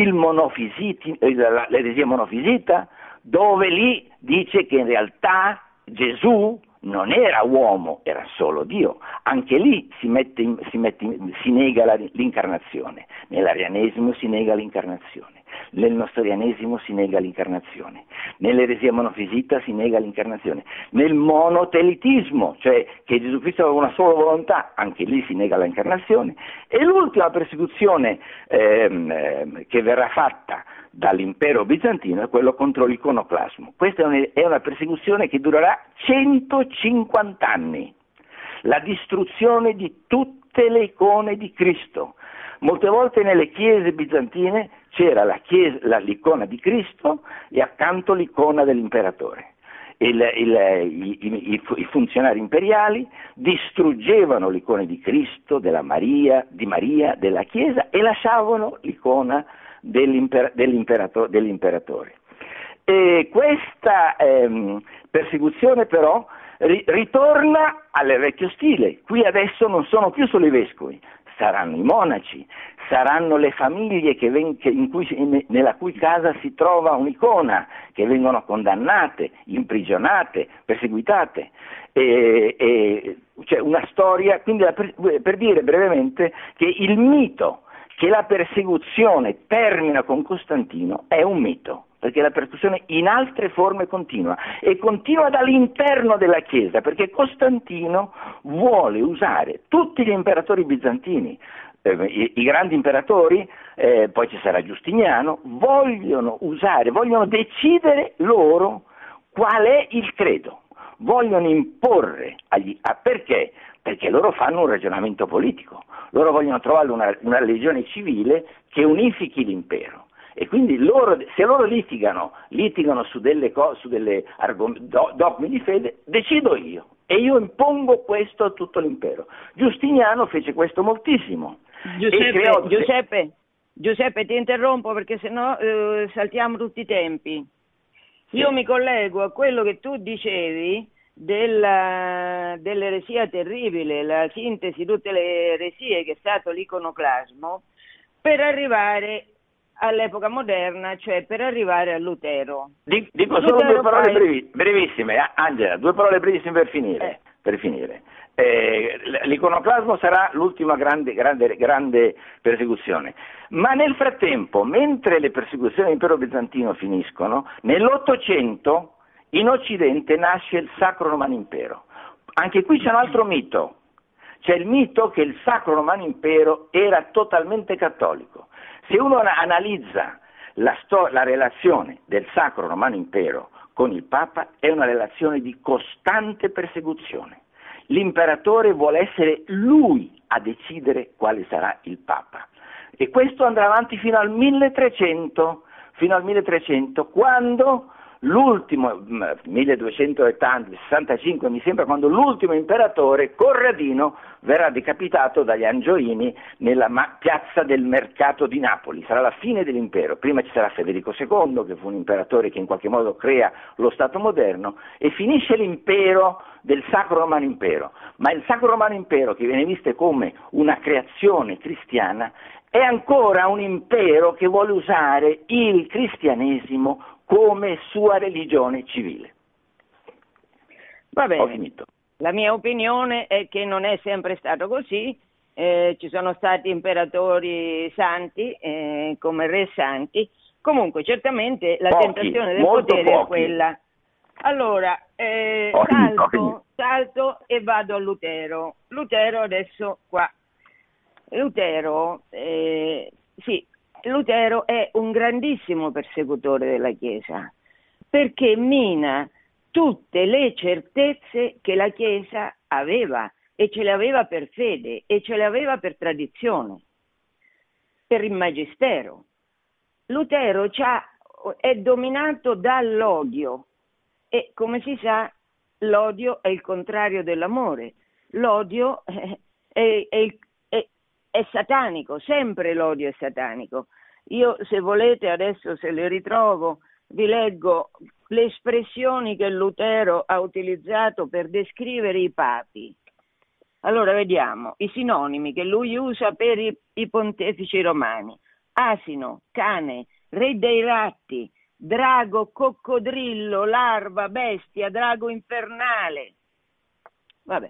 l'eresia monofisita, dove lì dice che in realtà Gesù non era uomo, era solo Dio. Anche lì si nega l'incarnazione. Nell'arianesimo si nega l'incarnazione. nel nostorianesimo si nega l'incarnazione, nell'eresia monofisita si nega l'incarnazione, nel monotelitismo, cioè che Gesù Cristo aveva una sola volontà, anche lì si nega l'incarnazione, e l'ultima persecuzione che verrà fatta dall'impero bizantino è quello contro l'iconoclasmo. Questa è una persecuzione che durerà 150 anni, la distruzione di tutte le icone di Cristo. Molte volte nelle chiese bizantine c'era l'icona di Cristo e accanto l'icona dell'imperatore. I funzionari imperiali distruggevano l'icona di Cristo, di Maria, della Chiesa, e lasciavano l'icona dell'imperatore. E questa persecuzione però ritorna al vecchio stile. Qui adesso non sono più solo i vescovi, saranno i monaci, saranno le famiglie nella cui casa si trova un'icona, che vengono condannate, imprigionate, perseguitate. C'è una storia, quindi per dire brevemente che il mito che la persecuzione termina con Costantino è un mito, perché la persecuzione in altre forme continua, e continua dall'interno della Chiesa, perché Costantino vuole usare tutti gli imperatori bizantini, i grandi imperatori, poi ci sarà Giustiniano, vogliono decidere loro qual è il credo, vogliono imporre perché? Perché loro fanno un ragionamento politico, loro vogliono trovare una religione civile che unifichi l'impero. E quindi se loro litigano su delle dogmi di fede, decido io e io impongo questo a tutto l'impero. Giustiniano fece questo moltissimo. Giuseppe, ti interrompo perché sennò saltiamo tutti i tempi. Sì. Io mi collego a quello che tu dicevi dell'eresia terribile, la sintesi di tutte le eresie che è stato l'iconoclasmo, per arrivare all'epoca moderna, cioè per arrivare a Lutero. Dico solo due parole brevissime, Angela, due parole brevissime per finire. L'iconoclasmo sarà l'ultima grande persecuzione, ma nel frattempo, mentre le persecuzioni dell'impero bizantino finiscono, nell'800 in Occidente nasce il Sacro Romano Impero. Anche qui c'è un altro mito, c'è il mito che il Sacro Romano Impero era totalmente cattolico. Se uno analizza la relazione del Sacro Romano Impero con il Papa, è una relazione di costante persecuzione. L'imperatore vuole essere lui a decidere quale sarà il Papa, e questo andrà avanti fino al 1300, quando l'ultimo, 1265 mi sembra, quando l'ultimo imperatore, Corradino, verrà decapitato dagli Angioini nella piazza del Mercato di Napoli. Sarà la fine dell'impero. Prima ci sarà Federico II, che fu un imperatore che in qualche modo crea lo Stato moderno, e finisce l'impero del Sacro Romano Impero. Ma il Sacro Romano Impero, che viene visto come una creazione cristiana, è ancora un impero che vuole usare il cristianesimo come sua religione civile. Va bene. Ho finito. La mia opinione è che non è sempre stato così, ci sono stati imperatori santi, come re santi, comunque certamente la tentazione del potere è quella. Allora, salto e vado a Lutero. Lutero adesso qua. Lutero è un grandissimo persecutore della Chiesa, perché mina tutte le certezze che la Chiesa aveva, e ce le aveva per fede, e ce le aveva per tradizione, per il magistero. Lutero è dominato dall'odio, e come si sa l'odio è il contrario dell'amore, l'odio è satanico, sempre l'odio è satanico. Io, se volete, adesso se le ritrovo, vi leggo le espressioni che Lutero ha utilizzato per descrivere i papi. Allora vediamo i sinonimi che lui usa per i pontefici romani: asino, cane, re dei ratti, drago, coccodrillo, larva, bestia, drago infernale. Vabbè.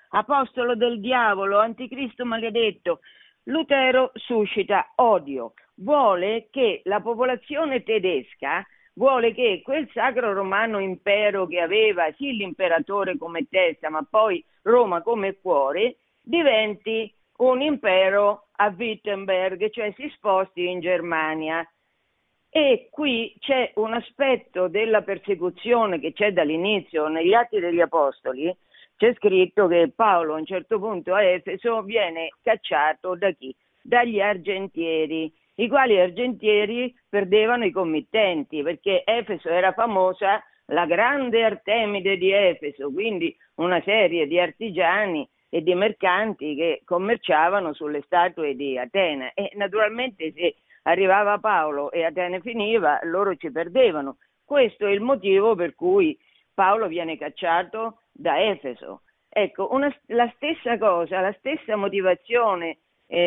Apostolo del diavolo, anticristo maledetto. Lutero suscita odio vuole che la popolazione tedesca, vuole che quel Sacro Romano Impero che aveva sì l'imperatore come testa, ma poi Roma come cuore, diventi un impero a Wittenberg, cioè si sposti in Germania. E qui c'è un aspetto della persecuzione che c'è dall'inizio. Negli Atti degli Apostoli c'è scritto che Paolo a un certo punto a Efeso viene cacciato da chi? Dagli argentieri, i quali argentieri perdevano i committenti, perché Efeso era famosa, la grande Artemide di Efeso, quindi una serie di artigiani e di mercanti che commerciavano sulle statue di Atene, e naturalmente se arrivava Paolo e Atene finiva, loro ci perdevano. Questo è il motivo per cui Paolo viene cacciato da Efeso. Ecco, la stessa cosa, la stessa motivazione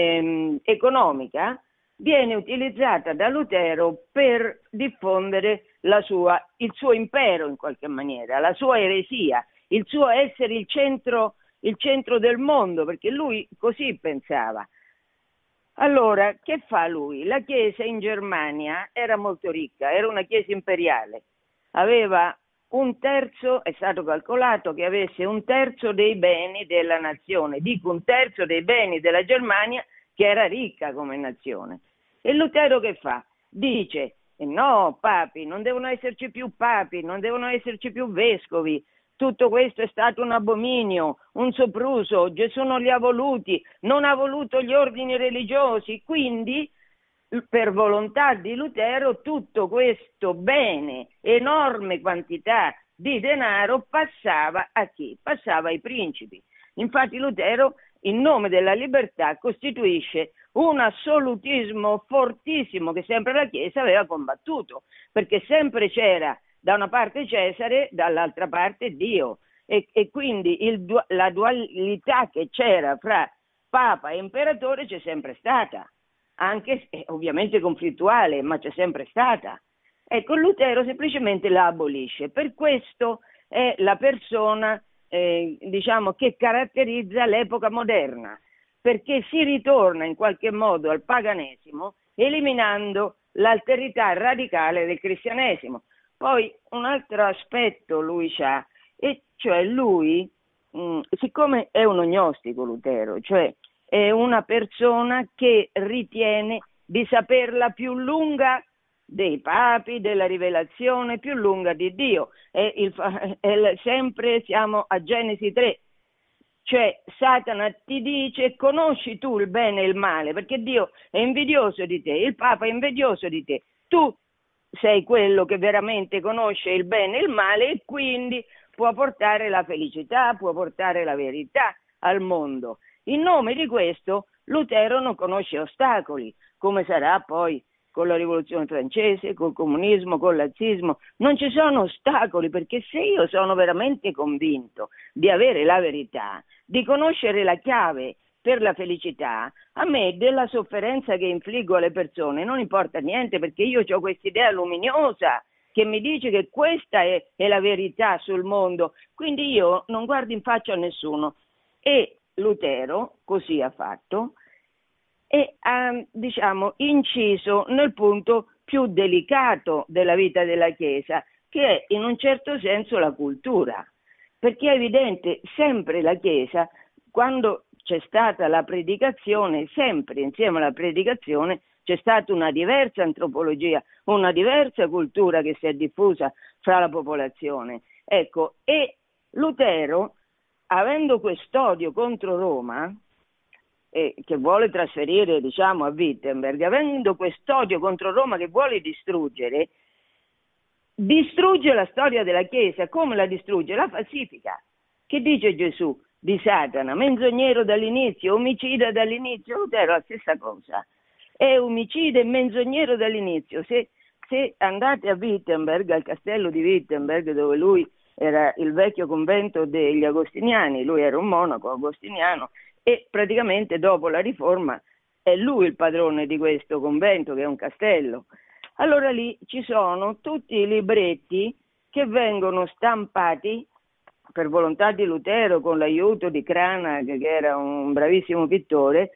economica viene utilizzata da Lutero per diffondere il suo impero in qualche maniera, la sua eresia, il suo essere il centro del mondo, perché lui così pensava. Allora, che fa lui? La Chiesa in Germania era molto ricca, era una Chiesa imperiale, aveva un terzo, è stato calcolato che avesse un terzo dei beni della nazione, dico un terzo dei beni della Germania che era ricca come nazione. E Lutero che fa? Dice, no, papi, non devono esserci più papi, non devono esserci più vescovi, tutto questo è stato un abominio, un sopruso, Gesù non li ha voluti, non ha voluto gli ordini religiosi, quindi per volontà di Lutero tutto questo bene, enorme quantità di denaro passava a chi? Passava ai principi. Infatti Lutero in nome della libertà costituisce un assolutismo fortissimo che sempre la Chiesa aveva combattuto, perché sempre c'era da una parte Cesare, dall'altra parte Dio, e quindi la dualità che c'era fra Papa e Imperatore c'è sempre stata, anche ovviamente conflittuale, ma c'è sempre stata. Ecco, Lutero semplicemente la abolisce, per questo è la persona che caratterizza l'epoca moderna, perché si ritorna in qualche modo al paganesimo eliminando l'alterità radicale del cristianesimo. Poi un altro aspetto lui ha, e cioè lui, siccome è un gnostico Lutero, cioè è una persona che ritiene di saperla più lunga dei papi, della rivelazione, più lunga di Dio. Sempre siamo a Genesi 3, cioè Satana ti dice conosci tu il bene e il male, perché Dio è invidioso di te, il Papa è invidioso di te, tu sei quello che veramente conosce il bene e il male e quindi può portare la felicità, può portare la verità al mondo. In nome di questo Lutero non conosce ostacoli, come sarà poi con la rivoluzione francese, col comunismo, col nazismo. Non ci sono ostacoli, perché se io sono veramente convinto di avere la verità, di conoscere la chiave per la felicità, a me della sofferenza che infliggo alle persone non importa niente, perché io ho questa idea luminosa che mi dice che questa è la verità sul mondo, quindi io non guardo in faccia a nessuno. E Lutero così ha fatto e ha, inciso nel punto più delicato della vita della Chiesa, che è in un certo senso la cultura, perché è evidente, sempre la Chiesa, quando c'è stata la predicazione, sempre insieme alla predicazione c'è stata una diversa antropologia, una diversa cultura che si è diffusa fra la popolazione. Ecco, e Lutero, avendo quest'odio contro Roma, che vuole trasferire a Wittenberg, avendo quest'odio contro Roma che vuole distruggere, distrugge la storia della Chiesa. Come la distrugge? La falsifica. Che dice Gesù di Satana? Menzognero dall'inizio, omicida dall'inizio. Lutero la stessa cosa, è omicida e menzognero dall'inizio. Se andate a Wittenberg, al castello di Wittenberg, dove lui era il vecchio convento degli Agostiniani, lui era un monaco agostiniano, e praticamente dopo la riforma è lui il padrone di questo convento, che è un castello. Allora lì ci sono tutti i libretti che vengono stampati per volontà di Lutero, con l'aiuto di Cranach, che era un bravissimo pittore,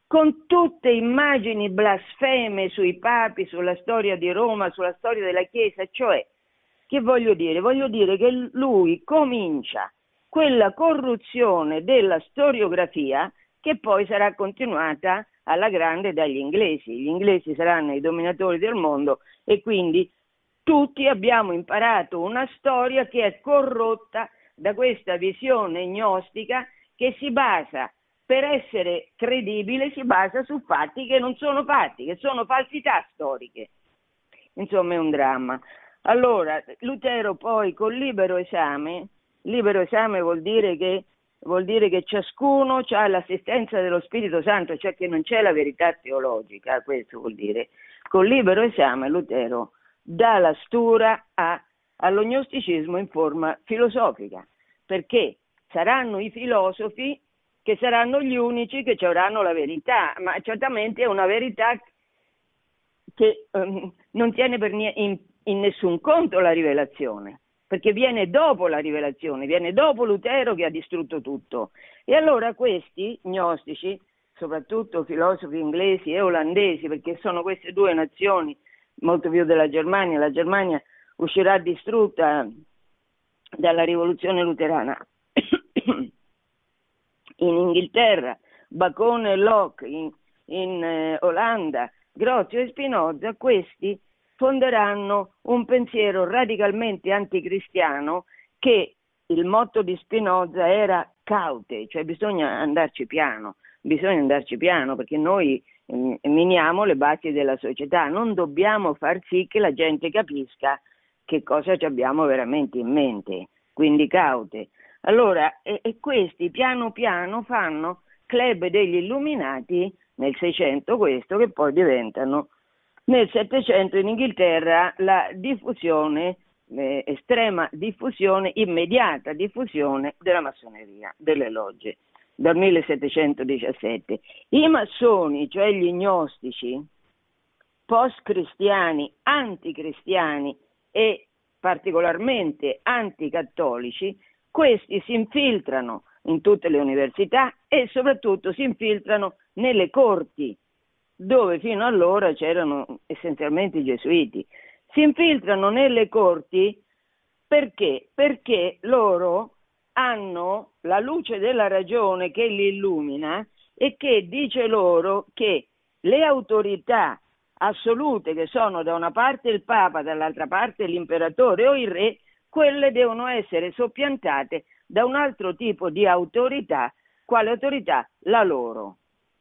con tutte immagini blasfeme sui papi, sulla storia di Roma, sulla storia della Chiesa, cioè, che voglio dire? Voglio dire che lui comincia quella corruzione della storiografia che poi sarà continuata alla grande dagli inglesi. Gli inglesi saranno i dominatori del mondo e quindi tutti abbiamo imparato una storia che è corrotta da questa visione gnostica che si basa, per essere credibile, si basa su fatti che non sono fatti, che sono falsità storiche. Insomma, è un dramma. Allora, Lutero poi col libero esame vuol dire che ciascuno ha l'assistenza dello Spirito Santo, cioè che non c'è la verità teologica, questo vuol dire. Col libero esame Lutero dà la stura allo gnosticismo in forma filosofica, perché saranno i filosofi che saranno gli unici che ci avranno la verità, ma certamente è una verità che non tiene in nessun conto la rivelazione, perché viene dopo la rivelazione, viene dopo Lutero che ha distrutto tutto. E allora questi gnostici, soprattutto filosofi inglesi e olandesi, perché sono queste due nazioni molto più della Germania, la Germania uscirà distrutta dalla rivoluzione luterana. In Inghilterra, Bacon e Locke, in Olanda, Grozio e Spinoza, questi fonderanno un pensiero radicalmente anticristiano, che il motto di Spinoza era caute, cioè bisogna andarci piano perché noi miniamo le basi della società, non dobbiamo far sì che la gente capisca che cosa ci abbiamo veramente in mente, quindi caute. Allora, e questi piano piano fanno club degli illuminati nel 600, questo, che poi diventano nel 700 in Inghilterra la diffusione, estrema diffusione, immediata diffusione della massoneria, delle logge, dal 1717. I massoni, cioè gli gnostici, post-cristiani, anticristiani e particolarmente anticattolici, questi si infiltrano in tutte le università e soprattutto si infiltrano nelle corti, dove fino allora c'erano essenzialmente i gesuiti. Si infiltrano nelle corti perché? Perché loro hanno la luce della ragione che li illumina e che dice loro che le autorità assolute, che sono da una parte il Papa, dall'altra parte l'imperatore o il re, quelle devono essere soppiantate da un altro tipo di autorità. Quale autorità? La loro.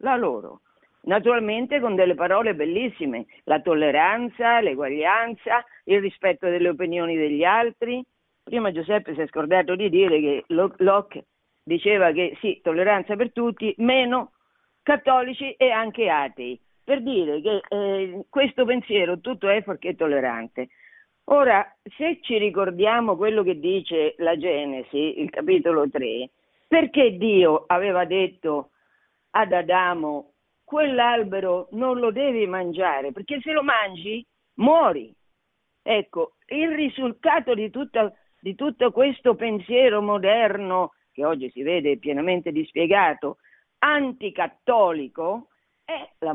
Naturalmente con delle parole bellissime: la tolleranza, l'eguaglianza, il rispetto delle opinioni degli altri. Prima Giuseppe si è scordato di dire che Locke diceva che sì, tolleranza per tutti, meno cattolici e anche atei, per dire che questo pensiero tutto è fuorché tollerante. Ora, se ci ricordiamo quello che dice la Genesi, il capitolo 3, perché Dio aveva detto ad Adamo: quell'albero non lo devi mangiare, perché se lo mangi muori. Ecco, il risultato di tutto questo pensiero moderno, che oggi si vede pienamente dispiegato, anticattolico, è la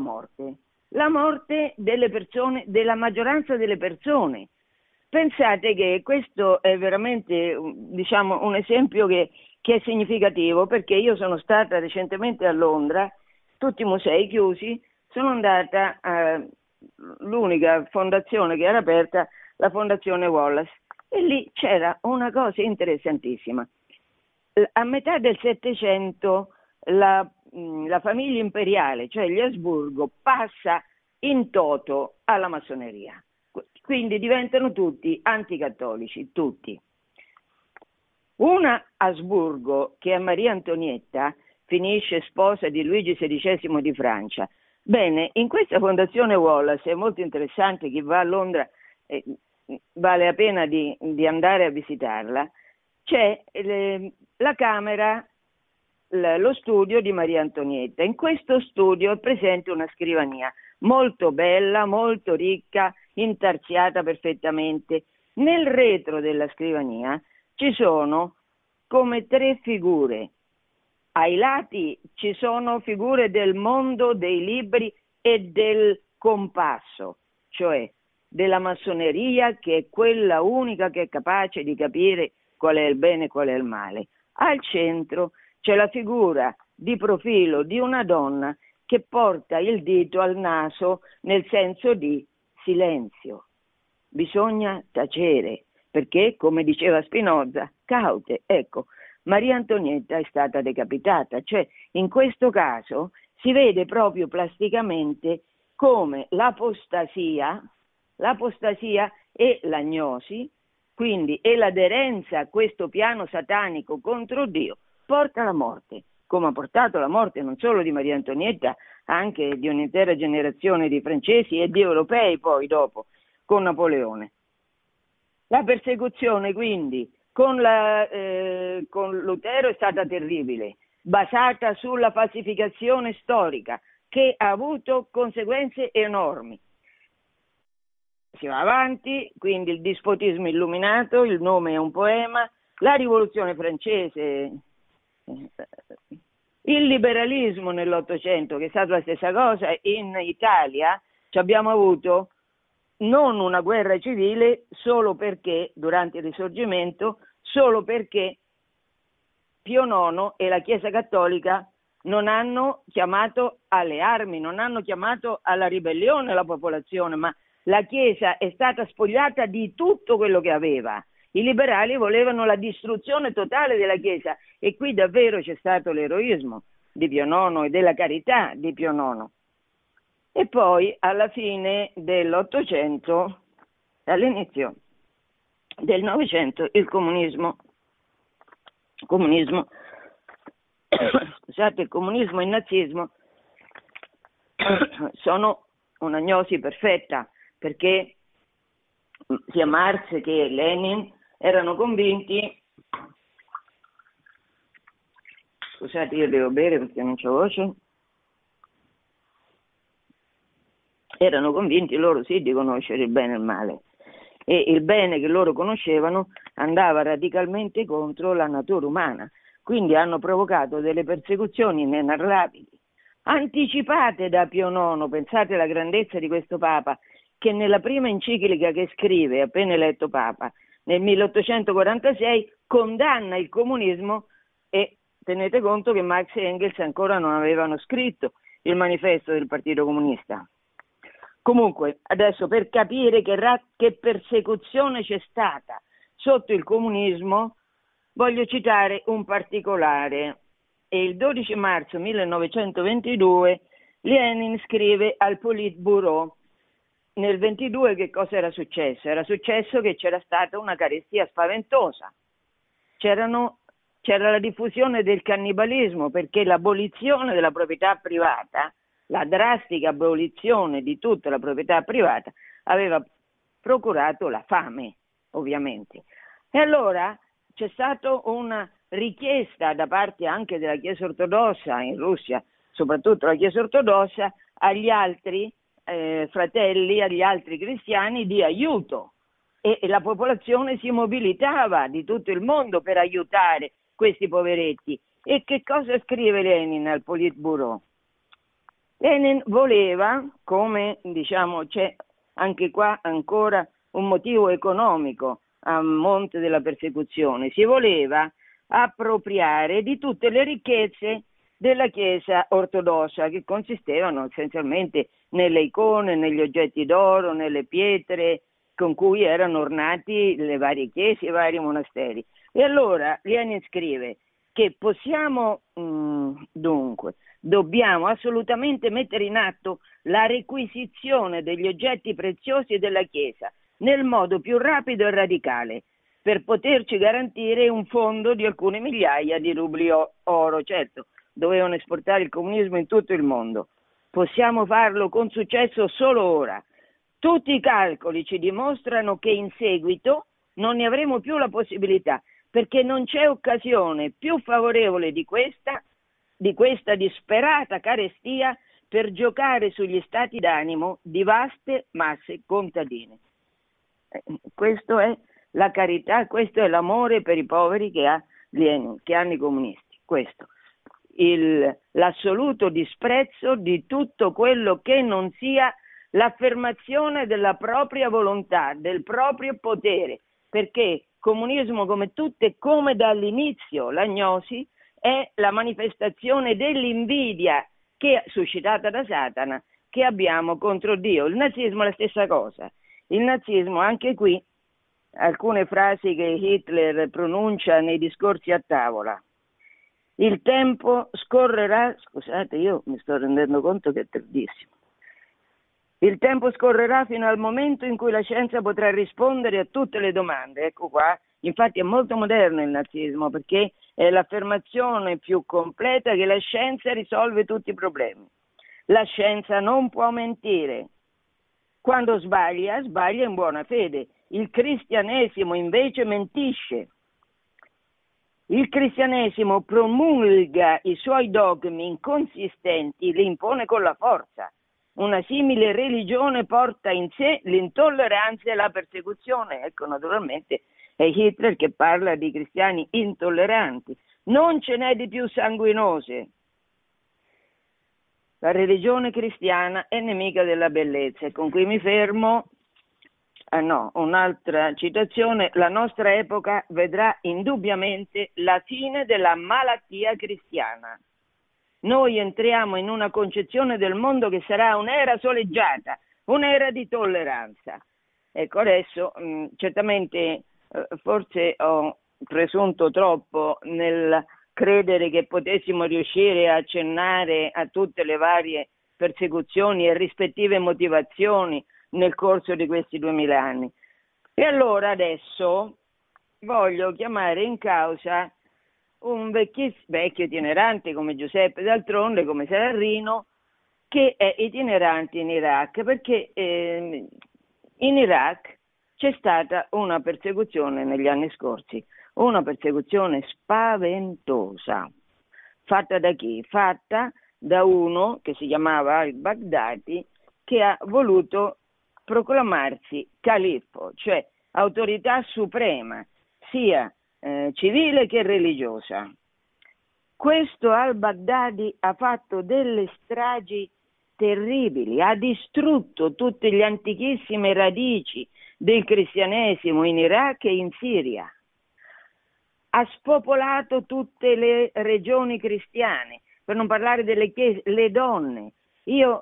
morte delle persone, della maggioranza delle persone. Pensate che questo è veramente, diciamo, un esempio che è significativo, perché io sono stata recentemente a Londra, tutti i musei chiusi, sono andata all'unica fondazione che era aperta, la Fondazione Wallace, e lì c'era una cosa interessantissima. A metà del Settecento la famiglia imperiale, cioè gli Asburgo, passa in toto alla massoneria. Quindi diventano tutti anticattolici, tutti. Una Asburgo, che è Maria Antonietta, finisce sposa di Luigi XVI di Francia. Bene, in questa fondazione Wallace è molto interessante, chi va a Londra vale la pena di andare a visitarla. C'è la camera, lo studio di Maria Antonietta. In questo studio è presente una scrivania molto bella, molto ricca, intarsiata perfettamente. Nel retro della scrivania ci sono come 3 figure. ai lati ci sono figure del mondo dei libri e del compasso, cioè della massoneria, che è quella unica che è capace di capire qual è il bene e qual è il male. Al centro c'è la figura di profilo di una donna che porta il dito al naso nel senso di silenzio. Bisogna tacere, perché, come diceva Spinoza, caute. Ecco, Maria Antonietta è stata decapitata, cioè in questo caso si vede proprio plasticamente come l'apostasia e l'agnosi, quindi e l'aderenza a questo piano satanico contro Dio, porta alla morte, come ha portato la morte non solo di Maria Antonietta, anche di un'intera generazione di francesi e di europei poi dopo, con Napoleone. La persecuzione quindi con Lutero è stata terribile, basata sulla falsificazione storica, che ha avuto conseguenze enormi. Si va avanti, quindi il dispotismo illuminato, il nome è un poema, la rivoluzione francese, il liberalismo nell'Ottocento, che è stata la stessa cosa. In Italia ci abbiamo avuto non una guerra civile solo perché, durante il Risorgimento, solo perché Pio IX e la Chiesa Cattolica non hanno chiamato alle armi, non hanno chiamato alla ribellione la popolazione, ma la Chiesa è stata spogliata di tutto quello che aveva. I liberali volevano la distruzione totale della Chiesa e qui davvero c'è stato l'eroismo di Pio IX e della carità di Pio IX. E poi alla fine dell'Ottocento, all'inizio del Novecento, il comunismo scusate, il comunismo e il nazismo sono un'agnosi perfetta, perché sia Marx che Lenin erano convinti, scusate, io devo bere perché non c'ho voce, erano convinti loro sì di conoscere il bene e il male, e il bene che loro conoscevano andava radicalmente contro la natura umana, quindi hanno provocato delle persecuzioni inenarrabili, anticipate da Pio IX. Pensate alla grandezza di questo Papa, che nella prima enciclica che scrive, appena eletto Papa, nel 1846, condanna il comunismo, e tenete conto che Marx e Engels ancora non avevano scritto il manifesto del Partito Comunista. Comunque, adesso per capire che persecuzione c'è stata sotto il comunismo, voglio citare un particolare. E il 12 marzo 1922 Lenin scrive al Politburo. Nel 22 che cosa era successo? Era successo che c'era stata una carestia spaventosa. C'era la diffusione del cannibalismo, perché l'abolizione della proprietà privata, la drastica abolizione di tutta la proprietà privata, aveva procurato la fame, ovviamente. E allora c'è stata una richiesta da parte anche della Chiesa ortodossa in Russia, soprattutto la Chiesa ortodossa, agli altri fratelli, agli altri cristiani di aiuto, e la popolazione si mobilitava di tutto il mondo per aiutare questi poveretti. E che cosa scrive Lenin al Politburo? Lenin voleva, come diciamo c'è anche qua ancora un motivo economico a monte della persecuzione, si voleva appropriare di tutte le ricchezze della Chiesa ortodossa, che consistevano essenzialmente nelle icone, negli oggetti d'oro, nelle pietre con cui erano ornati le varie chiese e i vari monasteri. E allora Lenin scrive che dobbiamo assolutamente mettere in atto la requisizione degli oggetti preziosi della Chiesa nel modo più rapido e radicale, per poterci garantire un fondo di alcune migliaia di rubli oro. Certo, dovevano esportare il comunismo in tutto il mondo. Possiamo farlo con successo solo ora. Tutti i calcoli ci dimostrano che in seguito non ne avremo più la possibilità, perché non c'è occasione più favorevole di questa disperata carestia per giocare sugli stati d'animo di vaste masse contadine. Questo è la carità, questo è l'amore per i poveri che ha Lenin, che hanno i comunisti. Questo. l'assoluto disprezzo di tutto quello che non sia l'affermazione della propria volontà, del proprio potere, perché comunismo come dall'inizio l'agnosi è la manifestazione dell'invidia suscitata da Satana che abbiamo contro Dio. Il nazismo è la stessa cosa. Il nazismo, anche qui, alcune frasi che Hitler pronuncia nei discorsi a tavola. Il tempo scorrerà, scusate, io mi sto rendendo conto che è tardissimo. Il tempo scorrerà fino al momento in cui la scienza potrà rispondere a tutte le domande. Ecco qua, infatti è molto moderno il nazismo, perché è l'affermazione più completa che la scienza risolve tutti i problemi. La scienza non può mentire. Quando sbaglia in buona fede. Il cristianesimo invece mentisce. Il cristianesimo promulga i suoi dogmi inconsistenti, li impone con la forza. Una simile religione porta in sé l'intolleranza e la persecuzione. Ecco, naturalmente è Hitler che parla di cristiani intolleranti. Non ce n'è di più sanguinose. La religione cristiana è nemica della bellezza. E con cui mi fermo. Un'altra citazione. La nostra epoca vedrà indubbiamente la fine della malattia cristiana. Noi entriamo in una concezione del mondo che sarà un'era soleggiata, un'era di tolleranza. Ecco, adesso certamente forse ho presunto troppo nel credere che potessimo riuscire a accennare a tutte le varie persecuzioni e rispettive motivazioni nel corso di questi 2000 anni. E allora adesso voglio chiamare in causa un vecchio itinerante come Giuseppe D'Altronde, come Serrarino, che è itinerante in Iraq, perché in Iraq c'è stata una persecuzione negli anni scorsi, una persecuzione spaventosa. Fatta da chi? Fatta da uno che si chiamava al-Baghdadi, che ha voluto proclamarsi califfo, cioè autorità suprema, sia civile che religiosa. Questo al-Baghdadi ha fatto delle stragi terribili, ha distrutto tutte le antichissime radici del cristianesimo in Iraq e in Siria, ha spopolato tutte le regioni cristiane, per non parlare delle chiese, le donne. Io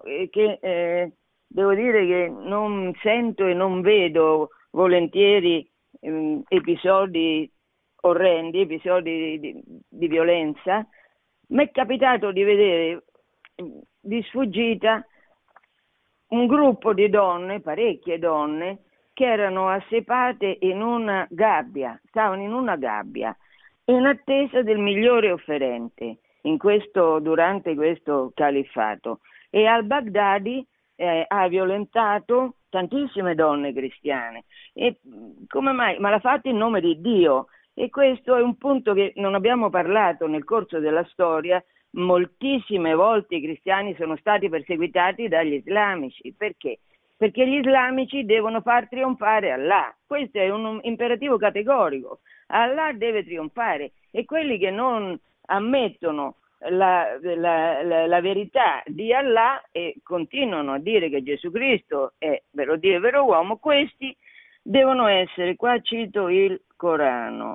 devo dire che non sento e non vedo volentieri episodi orrendi, episodi di violenza. Mi è capitato di vedere di sfuggita un gruppo di donne, parecchie donne, che erano assepate in una gabbia, stavano in una gabbia, in attesa del migliore offerente durante questo califfato. E al-Baghdadi ha violentato tantissime donne cristiane. E come mai? Ma l'ha fatto in nome di Dio. E questo è un punto che non abbiamo parlato nel corso della storia. Moltissime volte i cristiani sono stati perseguitati dagli islamici. Perché? Perché gli islamici devono far trionfare Allah. Questo è un imperativo categorico. Allah deve trionfare e quelli che non ammettono la verità di Allah e continuano a dire che Gesù Cristo è vero Dio e vero uomo, questi devono essere, qua cito il Corano,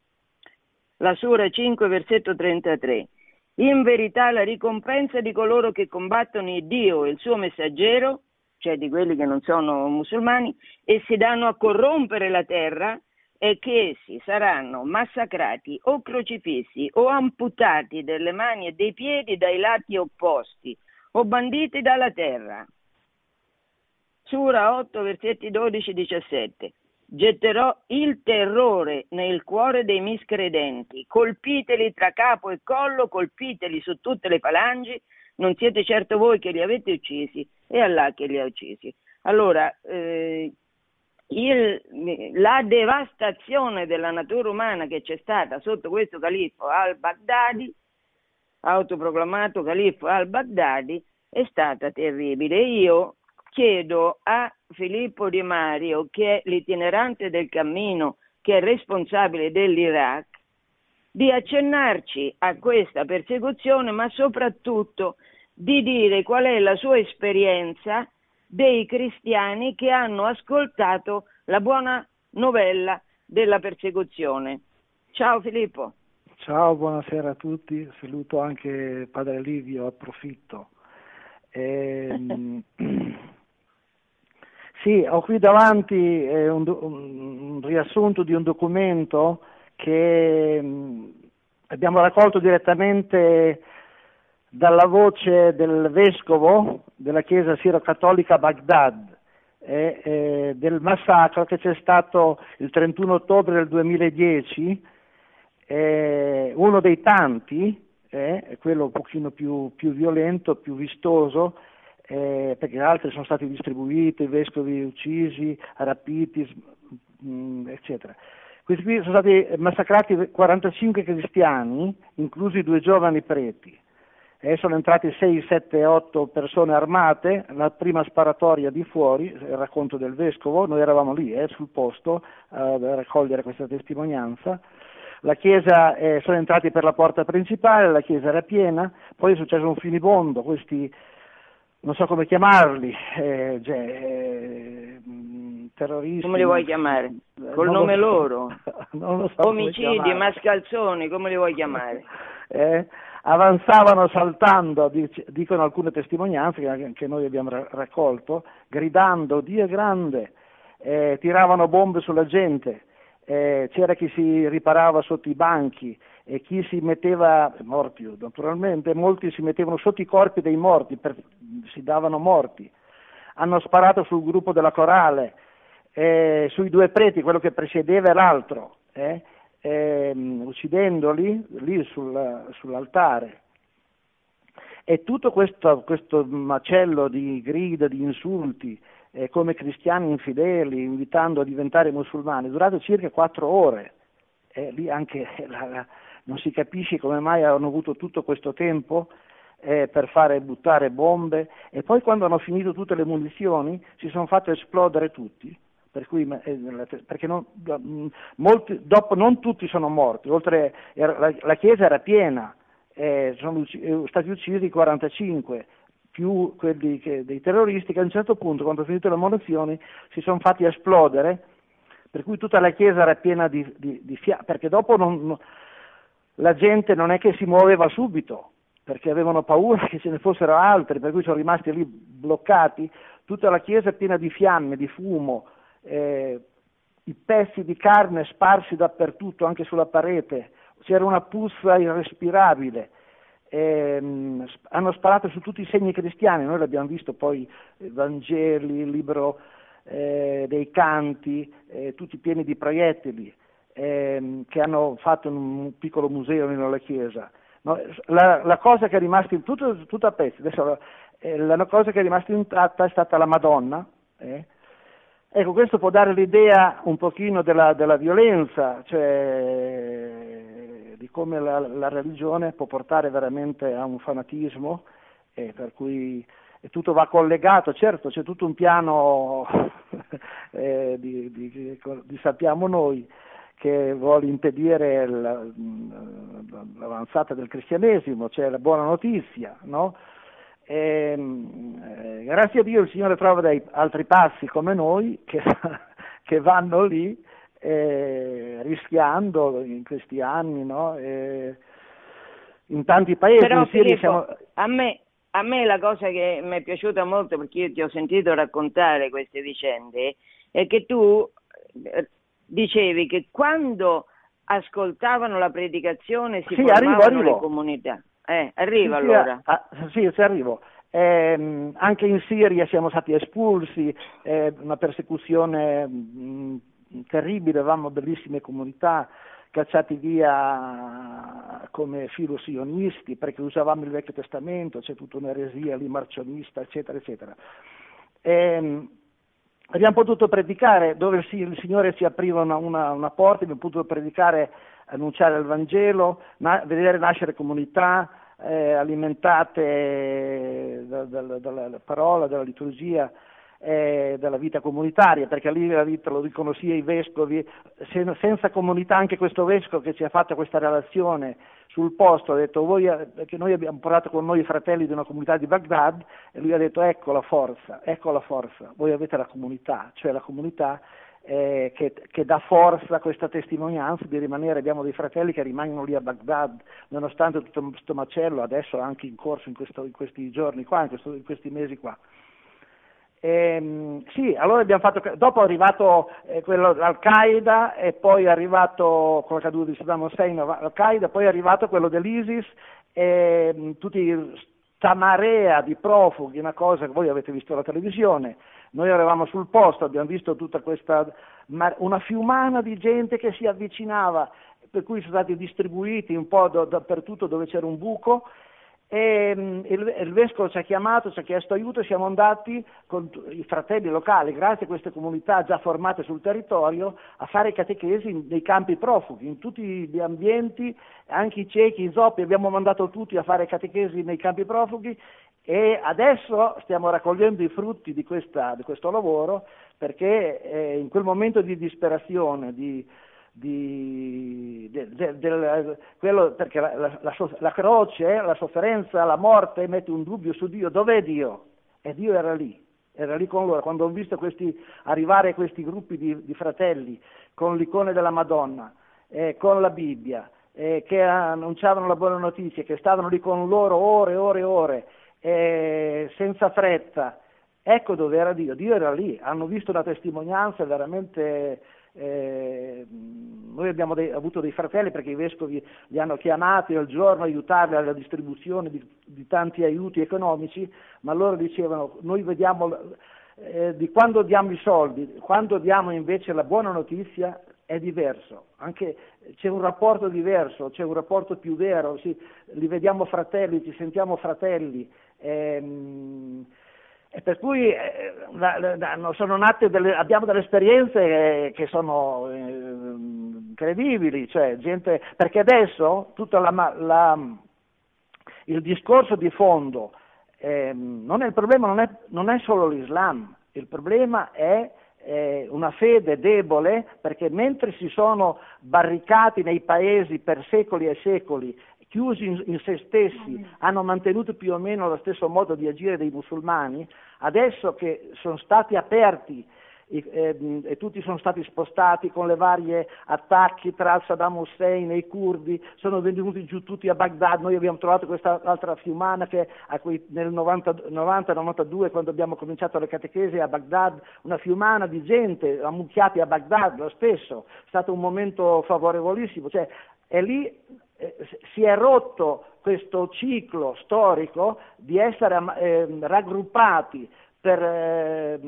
la Sura 5, versetto 33. In verità la ricompensa di coloro che combattono il Dio e il suo messaggero, cioè di quelli che non sono musulmani, e si danno a corrompere la terra, è che essi saranno massacrati o crocifissi o amputati delle mani e dei piedi dai lati opposti o banditi dalla terra. Sura 8, versetti 12-17. Getterò il terrore nel cuore dei miscredenti, colpiteli tra capo e collo, colpiteli su tutte le falangi, non siete certo voi che li avete uccisi, è Allah che li ha uccisi. Allora, la devastazione della natura umana che c'è stata sotto questo califfo al-Baghdadi, autoproclamato califfo al-Baghdadi, è stata terribile. Io chiedo a Filippo Di Mario, che è l'itinerante del cammino, che è responsabile dell'Iraq, di accennarci a questa persecuzione, ma soprattutto di dire qual è la sua esperienza dei cristiani che hanno ascoltato la buona novella della persecuzione. Ciao Filippo. Ciao, buonasera a tutti, saluto anche Padre Livio, approfitto. Sì, ho qui davanti un riassunto di un documento che abbiamo raccolto direttamente dalla voce del vescovo della Chiesa Siro-Cattolica a Baghdad, del massacro che c'è stato il 31 ottobre del 2010, uno dei tanti, quello un pochino più violento, più vistoso, perché altri sono stati distribuiti, vescovi uccisi, rapiti, eccetera. Questi qui sono stati massacrati 45 cristiani, inclusi 2 giovani preti. Sono entrati 6, 7, 8 persone armate, la prima sparatoria di fuori, il racconto del vescovo, noi eravamo lì sul posto a raccogliere questa testimonianza. La chiesa, sono entrati per la porta principale, la chiesa era piena, poi è successo un finibondo, questi non so come chiamarli, terroristi. Come li vuoi chiamare? Col nome loro? Non lo so. Omicidi, mascalzoni, come li vuoi chiamare? Avanzavano saltando, dicono alcune testimonianze che noi abbiamo raccolto, gridando Dio è grande, tiravano bombe sulla gente, c'era chi si riparava sotto i banchi e chi si metteva, morti naturalmente, molti si mettevano sotto i corpi dei morti, si davano morti. Hanno sparato sul gruppo della corale, sui 2 preti, quello che presiedeva e l'altro, uccidendoli lì sull'altare. E tutto questo macello di grida, di insulti, come cristiani infedeli, invitando a diventare musulmani, è durato circa 4 ore. Lì anche non si capisce come mai hanno avuto tutto questo tempo per fare buttare bombe, e poi quando hanno finito tutte le munizioni si sono fatti esplodere tutti. Perché dopo non tutti sono morti, oltre la chiesa era piena, sono stati uccisi 45, più quelli dei terroristi che a un certo punto, quando hanno finito le munizioni, si sono fatti esplodere, per cui tutta la chiesa era piena di fiamme, perché dopo la gente non è che si muoveva subito, perché avevano paura che ce ne fossero altri, per cui sono rimasti lì bloccati, tutta la chiesa è piena di fiamme, di fumo, i pezzi di carne sparsi dappertutto, anche sulla parete, c'era una puzza irrespirabile, hanno sparato su tutti i segni cristiani, noi l'abbiamo visto poi, Vangeli, il libro dei canti, tutti pieni di proiettili, che hanno fatto un piccolo museo nella chiesa. No, la cosa che è rimasta tutto a pezzi, adesso la cosa che è rimasta intatta è stata la Madonna. Ecco, questo può dare l'idea un pochino della violenza, cioè di come la religione può portare veramente a un fanatismo, per cui tutto va collegato. Certo, c'è tutto un piano sappiamo noi, che vuole impedire l'avanzata del cristianesimo, cioè la buona notizia, no? Grazie a Dio il Signore trova dei altri passi come noi che vanno lì rischiando in questi anni, no? In tanti paesi. Però Filippo, a me la cosa che mi è piaciuta molto, perché io ti ho sentito raccontare queste vicende, è che tu dicevi che quando ascoltavano la predicazione si formavano le comunità. Arriva allora. Sì, arrivo. Anche in Siria siamo stati espulsi, una persecuzione terribile, avevamo bellissime comunità, cacciati via come filosionisti perché usavamo il Vecchio Testamento, c'è tutta un'eresia lì marcionista, eccetera, eccetera. Abbiamo potuto predicare dove il Signore ci apriva una porta, abbiamo potuto predicare, annunciare il Vangelo, vedere nascere comunità alimentate dalla parola, dalla liturgia, della vita comunitaria, perché lì la vita lo dicono sia i vescovi, senza comunità anche questo vescovo che ci ha fatto questa relazione sul posto ha detto che noi abbiamo portato con noi i fratelli di una comunità di Baghdad, e lui ha detto ecco la forza, voi avete la comunità, cioè la comunità che dà forza a questa testimonianza di rimanere. Abbiamo dei fratelli che rimangono lì a Baghdad nonostante tutto questo macello, adesso anche in corso in questi giorni qua, in questi mesi qua. Sì, allora abbiamo fatto, dopo è arrivato quello Al-Qaeda, e poi è arrivato con la caduta di Saddam Hussein Al-Qaeda, poi è arrivato quello dell'ISIS, e sta marea di profughi, una cosa che voi avete visto alla televisione. Noi eravamo sul posto, abbiamo visto tutta questa, una fiumana di gente che si avvicinava, per cui sono stati distribuiti un po' dappertutto dove c'era un buco, e il vescovo ci ha chiamato, ci ha chiesto aiuto, e siamo andati con i fratelli locali, grazie a queste comunità già formate sul territorio, a fare catechesi nei campi profughi, in tutti gli ambienti, anche i cechi, i zoppi, abbiamo mandato tutti a fare catechesi nei campi profughi, e adesso stiamo raccogliendo i frutti di questo lavoro, perché in quel momento di disperazione, perché la croce, la sofferenza, la morte mette un dubbio su Dio. Dov'è Dio? E Dio era lì con loro. Quando ho visto arrivare questi gruppi di fratelli con l'icona della Madonna, con la Bibbia, che annunciavano la buona notizia, che stavano lì con loro ore e ore e ore, senza fretta, ecco dove era Dio. Dio era lì. Hanno visto una testimonianza veramente. Noi abbiamo avuto dei fratelli, perché i vescovi li hanno chiamati al giorno a aiutarli alla distribuzione di tanti aiuti economici, ma loro dicevano noi vediamo di quando diamo i soldi, quando diamo invece la buona notizia è diverso, anche c'è un rapporto diverso, c'è un rapporto più vero, li vediamo fratelli, ci sentiamo fratelli. E per cui sono nate abbiamo delle esperienze che sono incredibili, cioè gente, perché adesso tutto il discorso di fondo, il problema non è solo l'Islam, il problema è una fede debole, perché mentre si sono barricati nei paesi per secoli e secoli, chiusi in se stessi, hanno mantenuto più o meno lo stesso modo di agire dei musulmani, adesso che sono stati aperti e tutti sono stati spostati con le varie attacchi tra Saddam Hussein e i curdi, sono venuti giù tutti a Baghdad. Noi abbiamo trovato questa altra fiumana che nel 90-92, quando abbiamo cominciato le catechesi a Baghdad, una fiumana di gente ammucchiati a Baghdad, lo stesso, è stato un momento favorevolissimo, cioè è lì si è rotto questo ciclo storico di essere raggruppati per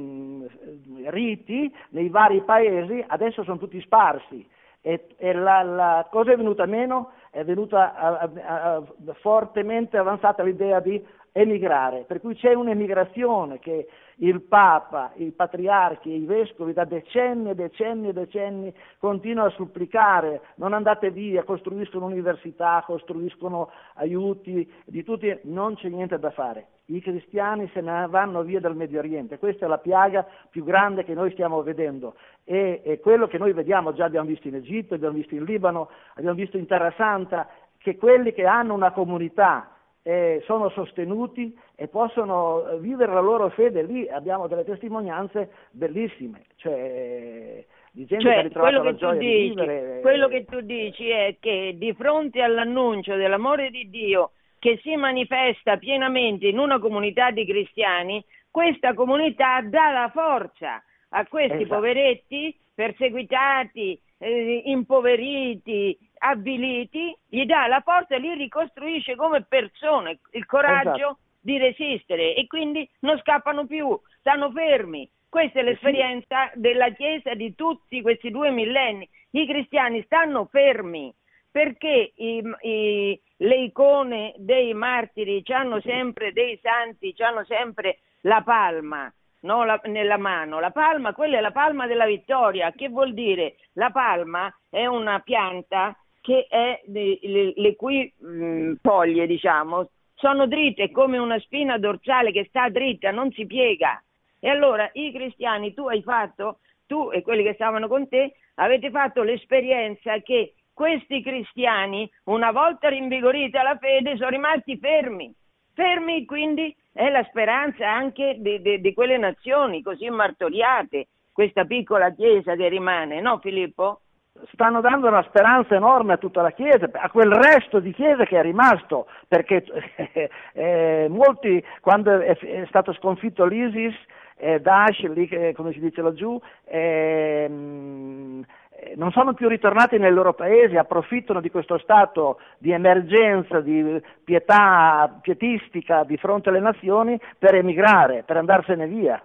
riti nei vari paesi, adesso sono tutti sparsi, e la cosa è venuta meno, è venuta fortemente avanzata l'idea di emigrare, per cui c'è un'emigrazione che il Papa, i patriarchi, i vescovi da decenni e decenni e decenni continuano a supplicare: non andate via, costruiscono università, costruiscono aiuti di tutti, non c'è niente da fare. I cristiani se ne vanno via dal Medio Oriente, questa è la piaga più grande che noi stiamo vedendo, e quello che noi vediamo, già abbiamo visto in Egitto, abbiamo visto in Libano, abbiamo visto in Terra Santa, che quelli che hanno una comunità sono sostenuti e possono vivere la loro fede lì. Abbiamo delle testimonianze bellissime, cioè di gente che ha ritrovato la gioia di vivere. Quello che tu dici è che di fronte all'annuncio dell'amore di Dio che si manifesta pienamente in una comunità di cristiani, questa comunità dà la forza a questi poveretti perseguitati, impoveriti, avviliti, gli dà la forza e li ricostruisce come persone, il coraggio di resistere, e quindi non scappano più, stanno fermi. Questa è l'esperienza della Chiesa di tutti questi 2 millenni. I cristiani stanno fermi perché le icone dei martiri hanno sempre, dei santi hanno sempre la palma, no, nella mano. La palma, quella è la palma della vittoria. Che vuol dire? La palma è una pianta che è le cui foglie, diciamo, sono dritte, come una spina dorsale che sta dritta, non si piega. E allora i cristiani, tu e quelli che stavano con te, avete fatto l'esperienza che questi cristiani, una volta rinvigorita la fede, sono rimasti fermi, quindi è la speranza anche di quelle nazioni così martoriate, questa piccola chiesa che rimane, no Filippo? Stanno dando una speranza enorme a tutta la Chiesa, a quel resto di Chiesa che è rimasto, perché molti, quando è stato sconfitto l'ISIS, Daesh, lì, come si dice laggiù, non sono più ritornati nei loro paesi, approfittano di questo stato di emergenza, di pietà pietistica di fronte alle nazioni per emigrare, per andarsene via.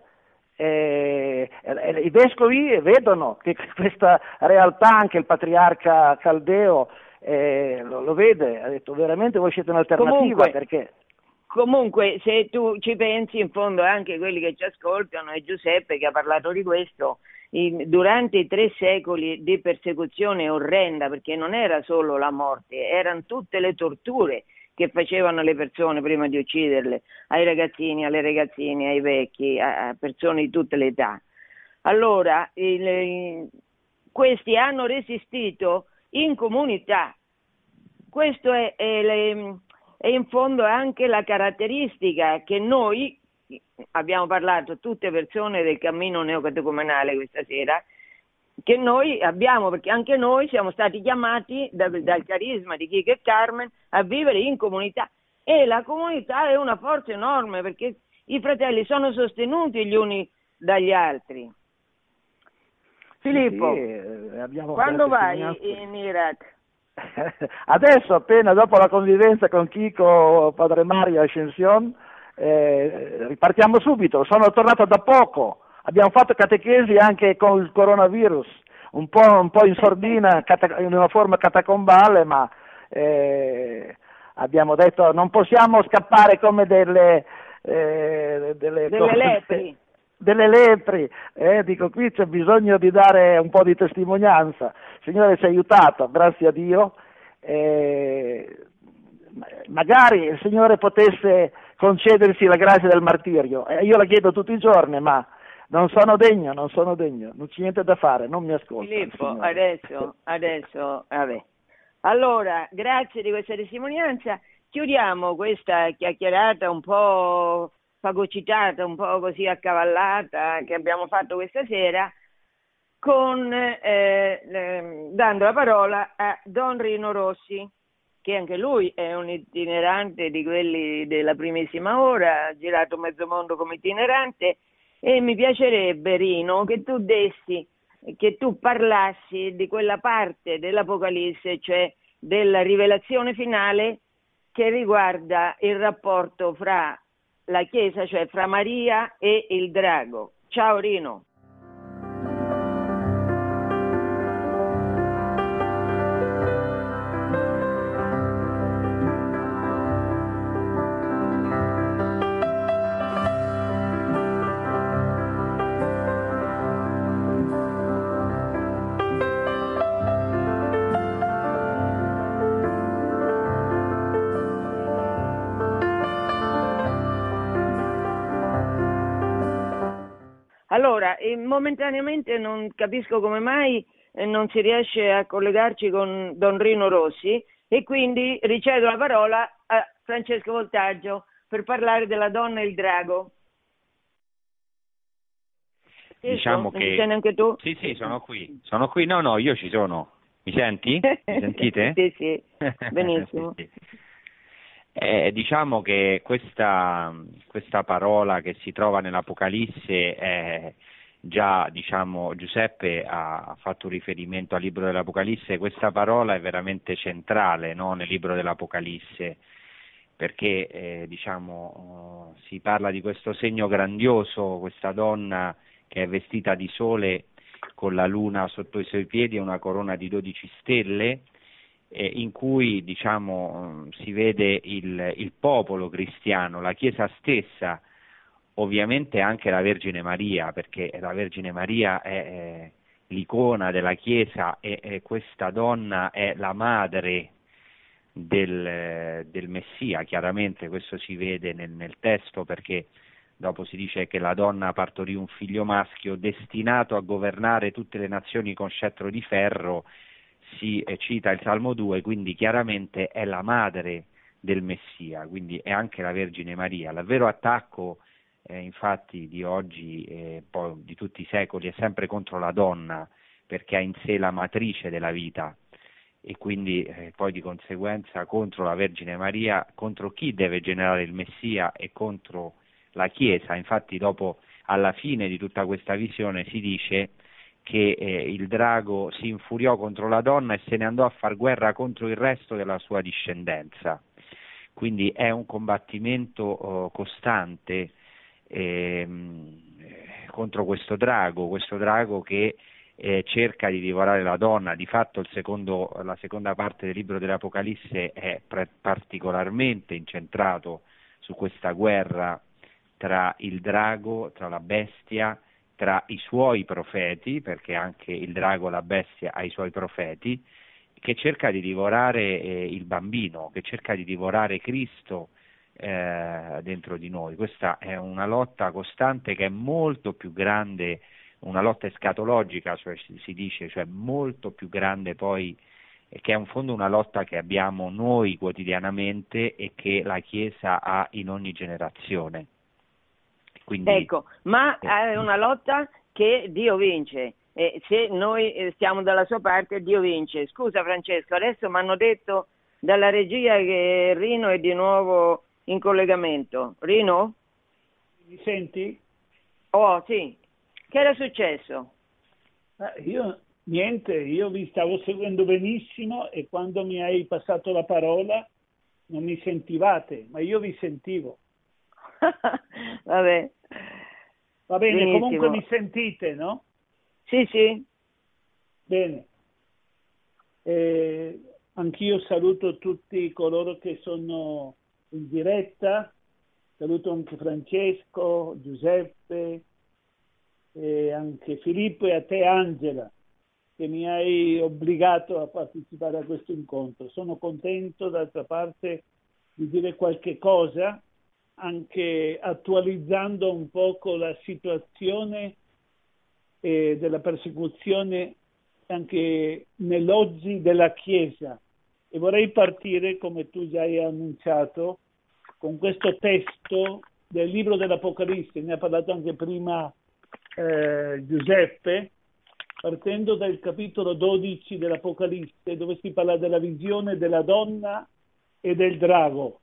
I vescovi vedono che questa realtà, anche il patriarca Caldeo lo vede, ha detto veramente voi siete un'alternativa, Comunque, se tu ci pensi, in fondo anche quelli che ci ascoltano, e Giuseppe che ha parlato di questo, durante i 3 secoli di persecuzione orrenda, perché non era solo la morte, erano tutte le torture che facevano le persone prima di ucciderle, ai ragazzini, alle ragazzine, ai vecchi, a persone di tutte le età. Allora, questi hanno resistito in comunità. Questo è in fondo anche la caratteristica che noi, abbiamo parlato tutte persone del cammino neocatecumenale questa sera, che noi abbiamo, perché anche noi siamo stati chiamati dal carisma di Chico e Carmen a vivere in comunità, e la comunità è una forza enorme perché i fratelli sono sostenuti gli uni dagli altri. Filippo, quando vai in Iraq? Adesso, appena dopo la convivenza con Chico, Padre Mario a Ascension, ripartiamo subito. Sono tornato da poco, abbiamo fatto catechesi anche con il coronavirus, un po' in sordina, in una forma catacombale, ma abbiamo detto non possiamo scappare come delle lepri. Delle lepri, dico, qui c'è bisogno di dare un po' di testimonianza. Signore, ci ha aiutato, grazie a Dio. Magari il Signore potesse concedersi la grazia del martirio. Io la chiedo tutti i giorni, ma non sono degno, non c'è niente da fare, non mi ascolta. Filippo, adesso, vabbè. Allora, grazie di questa testimonianza. Chiudiamo questa chiacchierata un po' fagocitata, un po' così accavallata che abbiamo fatto questa sera, con dando la parola a Don Rino Rossi, che anche lui è un itinerante di quelli della primissima ora, ha girato mezzo mondo come itinerante, e mi piacerebbe, Rino, che tu parlassi di quella parte dell'Apocalisse, cioè della rivelazione finale, che riguarda il rapporto fra la Chiesa, cioè fra Maria e il drago. Ciao Rino. Allora, momentaneamente non capisco come mai non si riesce a collegarci con Don Rino Rossi, e quindi ricevo la parola a Francesco Voltaggio per parlare della donna e il drago. Diciamo che... Ci sei anche tu? Sì, sono qui, no, io ci sono. Mi senti? Mi sentite? Sì, benissimo. Sì. Diciamo che questa parola che si trova nell'Apocalisse, già Giuseppe ha fatto un riferimento al libro dell'Apocalisse. Questa parola è veramente centrale, no, nel libro dell'Apocalisse, perché si parla di questo segno grandioso, questa donna che è vestita di sole con la luna sotto i suoi piedi e una corona di 12 stelle, in cui si vede il popolo cristiano, la Chiesa stessa, ovviamente anche la Vergine Maria, perché la Vergine Maria è l'icona della Chiesa, e questa donna è la madre del Messia. Chiaramente questo si vede nel testo, perché dopo si dice che la donna partorì un figlio maschio destinato a governare tutte le nazioni con scettro di ferro, si cita il Salmo 2, quindi chiaramente è la madre del Messia, quindi è anche la Vergine Maria. Il vero attacco infatti di oggi e poi di tutti i secoli è sempre contro la donna, perché ha in sé la matrice della vita, e quindi poi di conseguenza contro la Vergine Maria, contro chi deve generare il Messia e contro la Chiesa. Infatti dopo, alla fine di tutta questa visione, si dice che il drago si infuriò contro la donna e se ne andò a far guerra contro il resto della sua discendenza. Quindi è un combattimento costante contro questo drago che cerca di divorare la donna. Di fatto la seconda parte del libro dell'Apocalisse è particolarmente incentrato su questa guerra tra il drago, tra la bestia, tra i suoi profeti, perché anche il drago, la bestia, ha i suoi profeti, che cerca di divorare il bambino, che cerca di divorare Cristo dentro di noi. Questa è una lotta costante che è molto più grande, una lotta escatologica, cioè si dice, cioè molto più grande poi, che è in fondo una lotta che abbiamo noi quotidianamente e che la Chiesa ha in ogni generazione. Quindi, ecco, ma è una lotta che Dio vince. Se noi stiamo dalla sua parte, Dio vince. Scusa Francesco, adesso mi hanno detto dalla regia che Rino è di nuovo in collegamento. Rino? Mi senti? Oh sì, che era successo? Io vi stavo seguendo benissimo e quando mi hai passato la parola non mi sentivate, ma io vi sentivo. Vabbè. Va bene, benissimo. Comunque mi sentite, no? Sì, sì. Bene. Anch'io saluto tutti coloro che sono in diretta, saluto anche Francesco, Giuseppe, e anche Filippo e a te Angela, che mi hai obbligato a partecipare a questo incontro. Sono contento d'altra parte di dire qualche cosa, anche attualizzando un poco la situazione della persecuzione anche nell'oggi della Chiesa. E vorrei partire, come tu già hai annunciato, con questo testo del libro dell'Apocalisse. Ne ha parlato anche prima Giuseppe, partendo dal capitolo 12 dell'Apocalisse, dove si parla della visione della donna e del drago.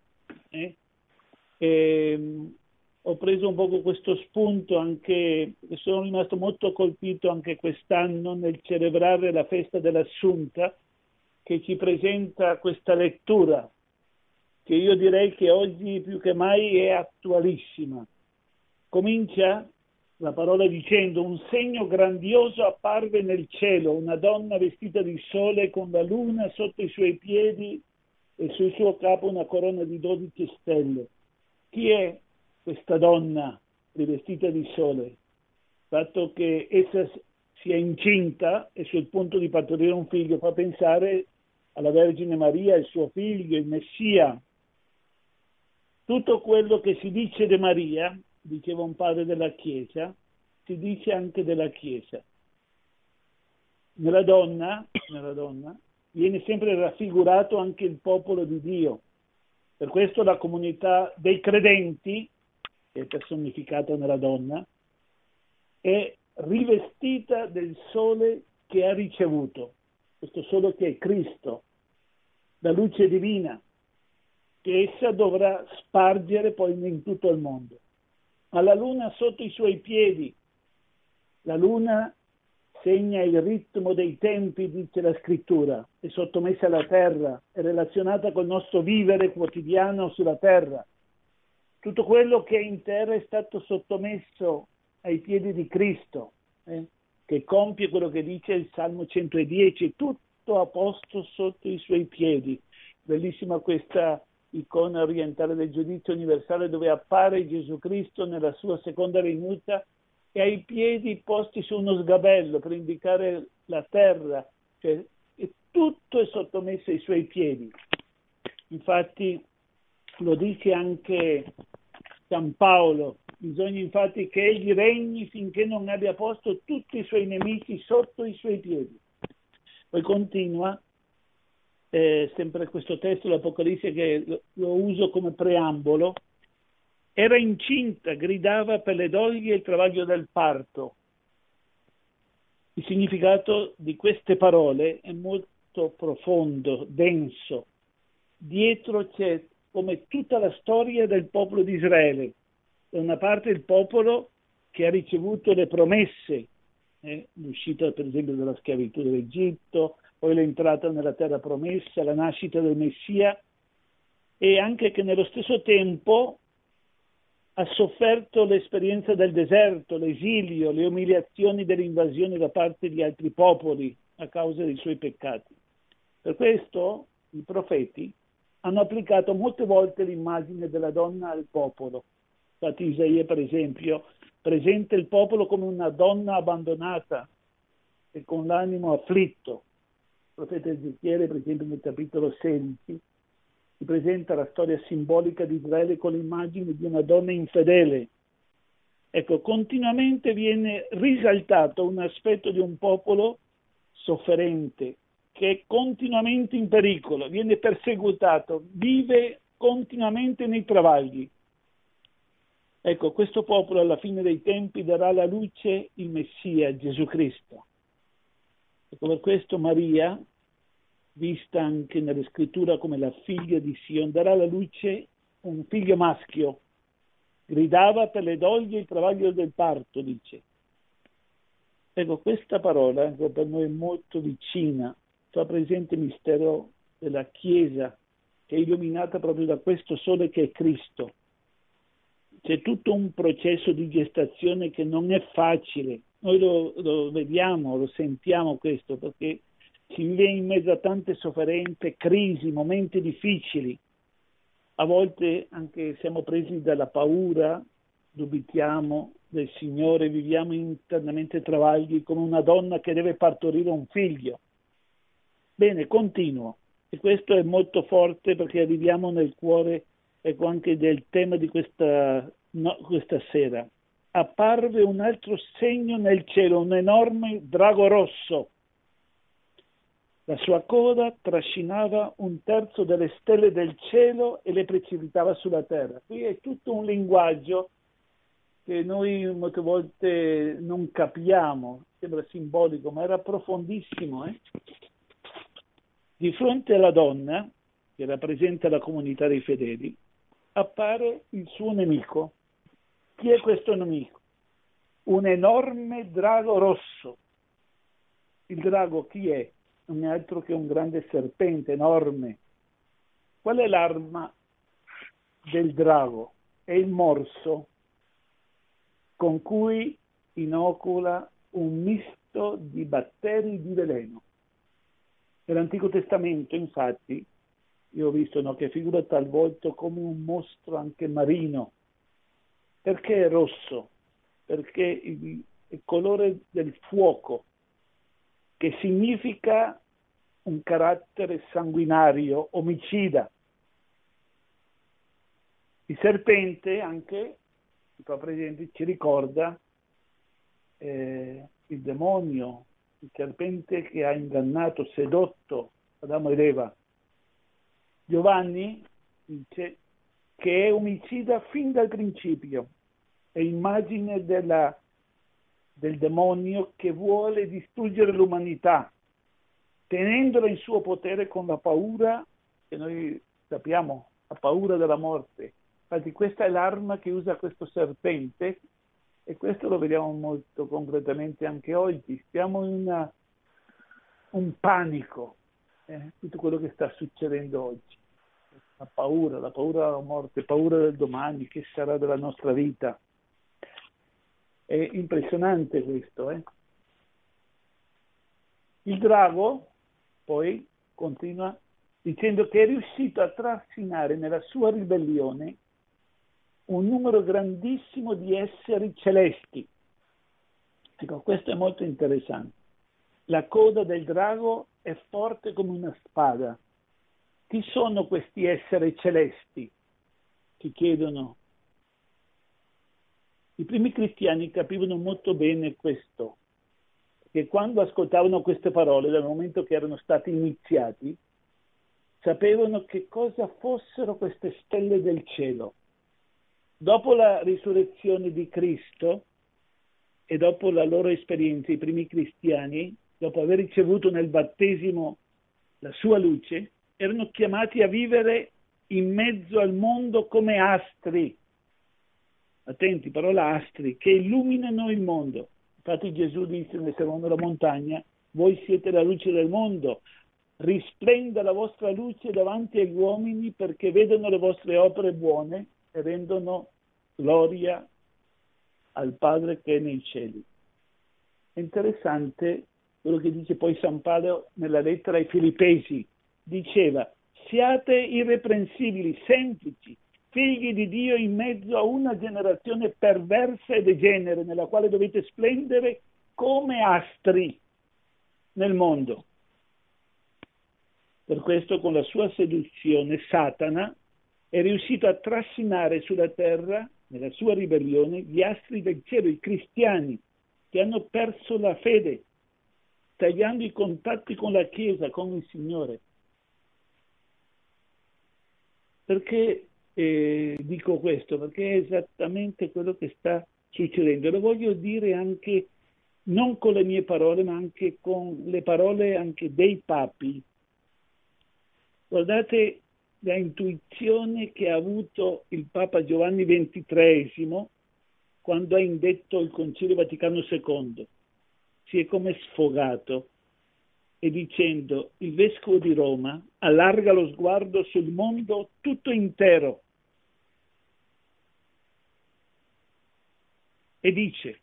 Ho preso un po' questo spunto anche, e sono rimasto molto colpito anche quest'anno nel celebrare la festa dell'Assunta, che ci presenta questa lettura, che io direi che oggi più che mai è attualissima. Comincia la parola dicendo: un segno grandioso apparve nel cielo, una donna vestita di sole con la luna sotto i suoi piedi e sul suo capo una corona di 12 stelle. Chi è questa donna rivestita di sole? Il fatto che essa sia incinta e sul punto di partorire un figlio fa pensare alla Vergine Maria, il suo figlio, il Messia. Tutto quello che si dice di Maria, diceva un padre della Chiesa, si dice anche della Chiesa. Nella donna viene sempre raffigurato anche il popolo di Dio. Per questo la comunità dei credenti, che è personificata nella donna, è rivestita del sole che ha ricevuto, questo sole che è Cristo, la luce divina, che essa dovrà spargere poi in tutto il mondo. Ma la luna sotto i suoi piedi, la luna segna il ritmo dei tempi, dice la scrittura, è sottomessa alla terra, è relazionata col nostro vivere quotidiano sulla terra. Tutto quello che è in terra è stato sottomesso ai piedi di Cristo, che compie quello che dice il Salmo 110, tutto a posto sotto i suoi piedi. Bellissima questa icona orientale del giudizio universale, dove appare Gesù Cristo nella sua seconda venuta e ai piedi posti su uno sgabello per indicare la terra, cioè e tutto è sottomesso ai suoi piedi. Infatti lo dice anche San Paolo Bisogna infatti che egli regni finché non abbia posto tutti i suoi nemici sotto i suoi piedi. Poi continua, sempre questo testo dell'Apocalisse che lo uso come preambolo. Era incinta, gridava per le doglie e il travaglio del parto. Il significato di queste parole è molto profondo, denso. Dietro c'è come tutta la storia del popolo di Israele. Da una parte il popolo che ha ricevuto le promesse, l'uscita per esempio dalla schiavitù dell'Egitto, poi l'entrata nella terra promessa, la nascita del Messia, e anche che nello stesso tempo ha sofferto l'esperienza del deserto, l'esilio, le umiliazioni dell'invasione da parte di altri popoli a causa dei suoi peccati. Per questo i profeti hanno applicato molte volte l'immagine della donna al popolo. Infatti Isaia, per esempio, presenta il popolo come una donna abbandonata e con l'animo afflitto. Il profeta Ezechiele, per esempio, nel capitolo 16, si presenta la storia simbolica di Israele con l'immagine di una donna infedele. Ecco, continuamente viene risaltato un aspetto di un popolo sofferente, che è continuamente in pericolo, viene perseguitato, vive continuamente nei travagli. Ecco, questo popolo alla fine dei tempi darà alla luce il Messia, Gesù Cristo. Ecco, per questo Maria, vista anche nella scrittura come la figlia di Sion, darà alla luce un figlio maschio. Gridava per le doglie il travaglio del parto, dice. Ecco, questa parola ecco, per noi è molto vicina, fa presente il mistero della Chiesa, che è illuminata proprio da questo sole che è Cristo. C'è tutto un processo di gestazione che non è facile. Noi lo vediamo, lo sentiamo questo, perché si vive in mezzo a tante sofferenze, crisi, momenti difficili. A volte anche siamo presi dalla paura, dubitiamo del Signore, viviamo internamente travagli come una donna che deve partorire un figlio. Bene, continuo. E questo è molto forte perché arriviamo nel cuore ecco, anche del tema di questa sera. Apparve un altro segno nel cielo, un enorme drago rosso. La sua coda trascinava un terzo delle stelle del cielo e le precipitava sulla terra. Qui è tutto un linguaggio che noi molte volte non capiamo, sembra simbolico, ma era profondissimo. Di fronte alla donna, che rappresenta la comunità dei fedeli, appare il suo nemico. Chi è questo nemico? Un enorme drago rosso. Il drago chi è? Non è altro che un grande serpente enorme. Qual è l'arma del drago? È il morso con cui inocula un misto di batteri di veleno. Nell'Antico Testamento, infatti, io ho visto che figura talvolta come un mostro anche marino. Perché è rosso? Perché il colore del fuoco, che significa un carattere sanguinario, omicida. Il serpente anche, si fa presente, ci ricorda il demonio, il serpente che ha ingannato, sedotto Adamo ed Eva. Giovanni dice che è omicida fin dal principio, è immagine del demonio che vuole distruggere l'umanità, tenendola in suo potere con la paura, che noi sappiamo, la paura della morte. Infatti questa è l'arma che usa questo serpente e questo lo vediamo molto concretamente anche oggi. Siamo in un panico, tutto quello che sta succedendo oggi. La paura della morte, paura del domani, che sarà della nostra vita. È impressionante questo. Il drago poi continua dicendo che è riuscito a trascinare nella sua ribellione un numero grandissimo di esseri celesti. Ecco, questo è molto interessante. La coda del drago è forte come una spada. Chi sono questi esseri celesti? Ci chiedono I primi cristiani capivano molto bene questo, che quando ascoltavano queste parole, dal momento che erano stati iniziati, sapevano che cosa fossero queste stelle del cielo. Dopo la risurrezione di Cristo e dopo la loro esperienza, i primi cristiani, dopo aver ricevuto nel battesimo la sua luce, erano chiamati a vivere in mezzo al mondo come astri. Attenti, parola astri, che illuminano il mondo. Infatti Gesù disse nel Sermone della Montagna: voi siete la luce del mondo, risplenda la vostra luce davanti agli uomini perché vedono le vostre opere buone e rendono gloria al Padre che è nei cieli. È interessante quello che dice poi San Paolo nella lettera ai Filippesi. Diceva: siate irreprensibili, semplici, figli di Dio in mezzo a una generazione perversa e degenere, nella quale dovete splendere come astri nel mondo. Per questo, con la sua seduzione, Satana è riuscito a trascinare sulla terra, nella sua ribellione, gli astri del cielo, i cristiani, che hanno perso la fede, tagliando i contatti con la Chiesa, con il Signore. Perché dico questo? Perché è esattamente quello che sta succedendo. Lo voglio dire anche, non con le mie parole, ma anche con le parole anche dei papi. Guardate la intuizione che ha avuto il Papa Giovanni XXIII quando ha indetto il Concilio Vaticano II. Si è come sfogato e dicendo: il Vescovo di Roma allarga lo sguardo sul mondo tutto intero e dice: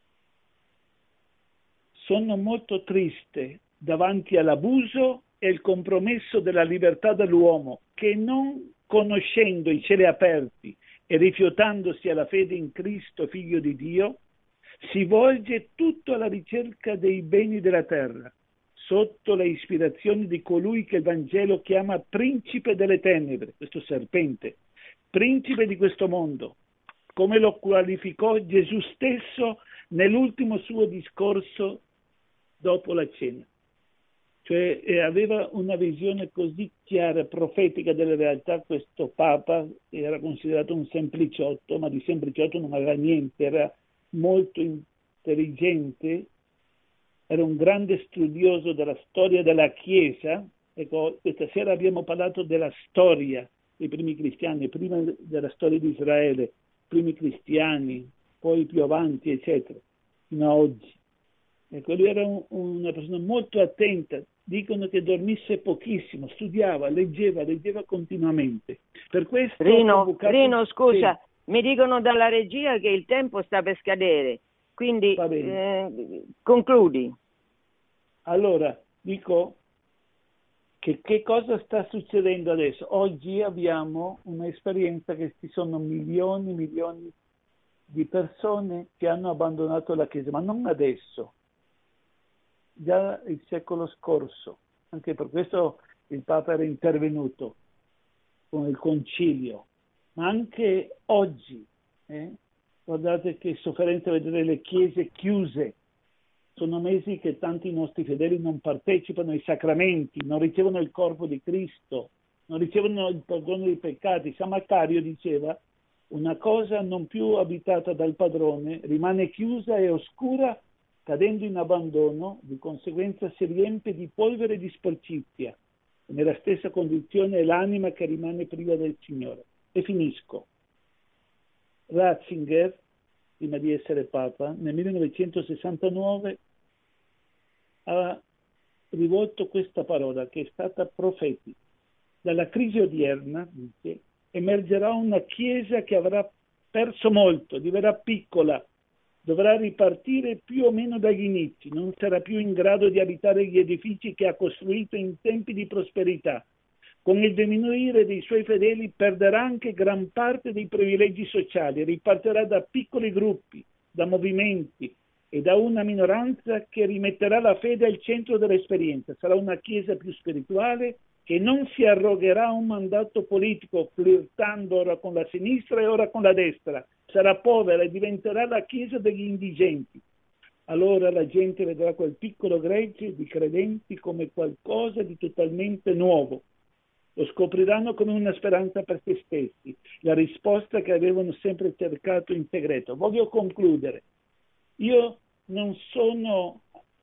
sono molto triste davanti all'abuso e il compromesso della libertà dell'uomo che, non conoscendo i cieli aperti e rifiutandosi alla fede in Cristo, Figlio di Dio, si volge tutto alla ricerca dei beni della terra, sotto le ispirazioni di colui che il Vangelo chiama principe delle tenebre, questo serpente, principe di questo mondo, come lo qualificò Gesù stesso nell'ultimo suo discorso dopo la cena. Cioè aveva una visione così chiara, profetica della realtà. Questo Papa era considerato un sempliciotto, ma di sempliciotto non aveva niente, era molto intelligente, era un grande studioso della storia della Chiesa. Ecco, questa sera abbiamo parlato della storia dei primi cristiani, prima della storia di Israele, primi cristiani, poi più avanti, eccetera, fino a oggi. Ecco, lui era una persona molto attenta. Dicono che dormisse pochissimo, studiava, leggeva continuamente. Per questo Rino, scusa, sì. Mi dicono dalla regia che il tempo sta per scadere, quindi concludi. Allora, dico che cosa sta succedendo adesso? Oggi abbiamo un'esperienza che ci sono milioni di persone che hanno abbandonato la Chiesa, ma non adesso. Già il secolo scorso, anche per questo il Papa era intervenuto con il concilio, ma anche oggi, guardate che sofferenza vedere le chiese chiuse, sono mesi che tanti nostri fedeli non partecipano ai sacramenti, non ricevono il corpo di Cristo, non ricevono il perdono dei peccati. San Maccario diceva: una cosa non più abitata dal padrone rimane chiusa e oscura, cadendo in abbandono, di conseguenza si riempie di polvere e di sporcizia. Nella stessa condizione è l'anima che rimane priva del Signore. E finisco. Ratzinger, prima di essere Papa, nel 1969 ha rivolto questa parola che è stata profetica. Dalla crisi odierna, dice, emergerà una Chiesa che avrà perso molto, diverrà piccola, dovrà ripartire più o meno dagli inizi, non sarà più in grado di abitare gli edifici che ha costruito in tempi di prosperità. Con il diminuire dei suoi fedeli perderà anche gran parte dei privilegi sociali, ripartirà da piccoli gruppi, da movimenti e da una minoranza che rimetterà la fede al centro dell'esperienza. Sarà una Chiesa più spirituale, che non si arrogherà un mandato politico flirtando ora con la sinistra e ora con la destra, sarà povera e diventerà la chiesa degli indigenti. Allora la gente vedrà quel piccolo gregge di credenti come qualcosa di totalmente nuovo. Lo scopriranno come una speranza per se stessi, la risposta che avevano sempre cercato in segreto. Voglio concludere. Io non sono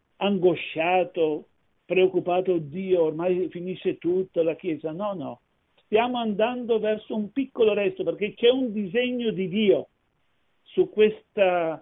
angosciato, preoccupato, Dio, ormai finisce tutto, la Chiesa. No. Stiamo andando verso un piccolo resto, perché c'è un disegno di Dio su questo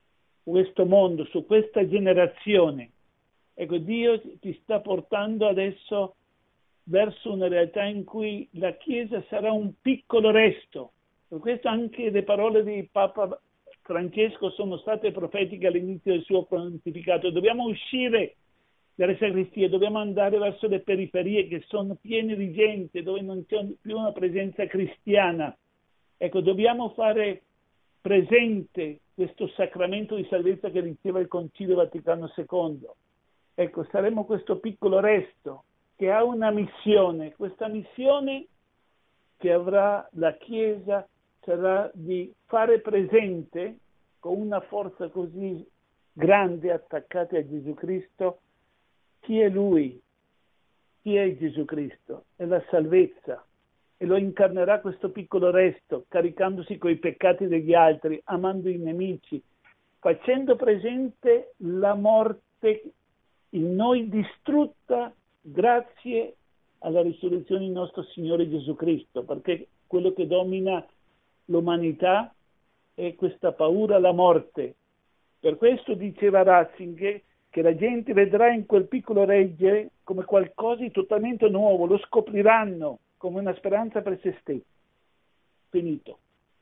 mondo, su questa generazione. Ecco, Dio ti sta portando adesso verso una realtà in cui la Chiesa sarà un piccolo resto. Per questo anche le parole di Papa Francesco sono state profetiche all'inizio del suo pontificato. Dobbiamo uscire dalle sacrestie, dobbiamo andare verso le periferie che sono piene di gente, dove non c'è più una presenza cristiana. Ecco, dobbiamo fare presente questo sacramento di salvezza che diceva il Concilio Vaticano II. Ecco, saremo questo piccolo resto che ha una missione. Questa missione che avrà la Chiesa sarà di fare presente con una forza così grande attaccata a Gesù Cristo chi è Lui, chi è Gesù Cristo, è la salvezza, e lo incarnerà questo piccolo resto, caricandosi coi peccati degli altri, amando i nemici, facendo presente la morte in noi distrutta grazie alla risurrezione di nostro Signore Gesù Cristo, perché quello che domina l'umanità è questa paura alla morte. Per questo diceva Ratzinger che la gente vedrà in quel piccolo regge come qualcosa di totalmente nuovo, lo scopriranno come una speranza per se stessi. Finito.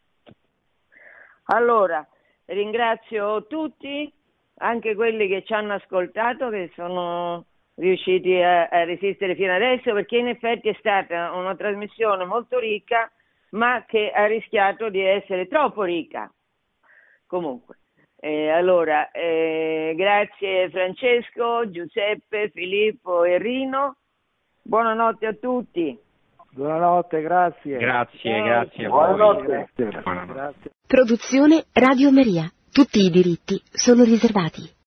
Allora, ringrazio tutti, anche quelli che ci hanno ascoltato, che sono riusciti a resistere fino adesso, perché in effetti è stata una trasmissione molto ricca, ma che ha rischiato di essere troppo ricca. Comunque. Allora, grazie Francesco, Giuseppe, Filippo e Rino. Buonanotte a tutti. Buonanotte, grazie. Grazie. Buonanotte. Grazie. Produzione Radio Maria. Tutti i diritti sono riservati.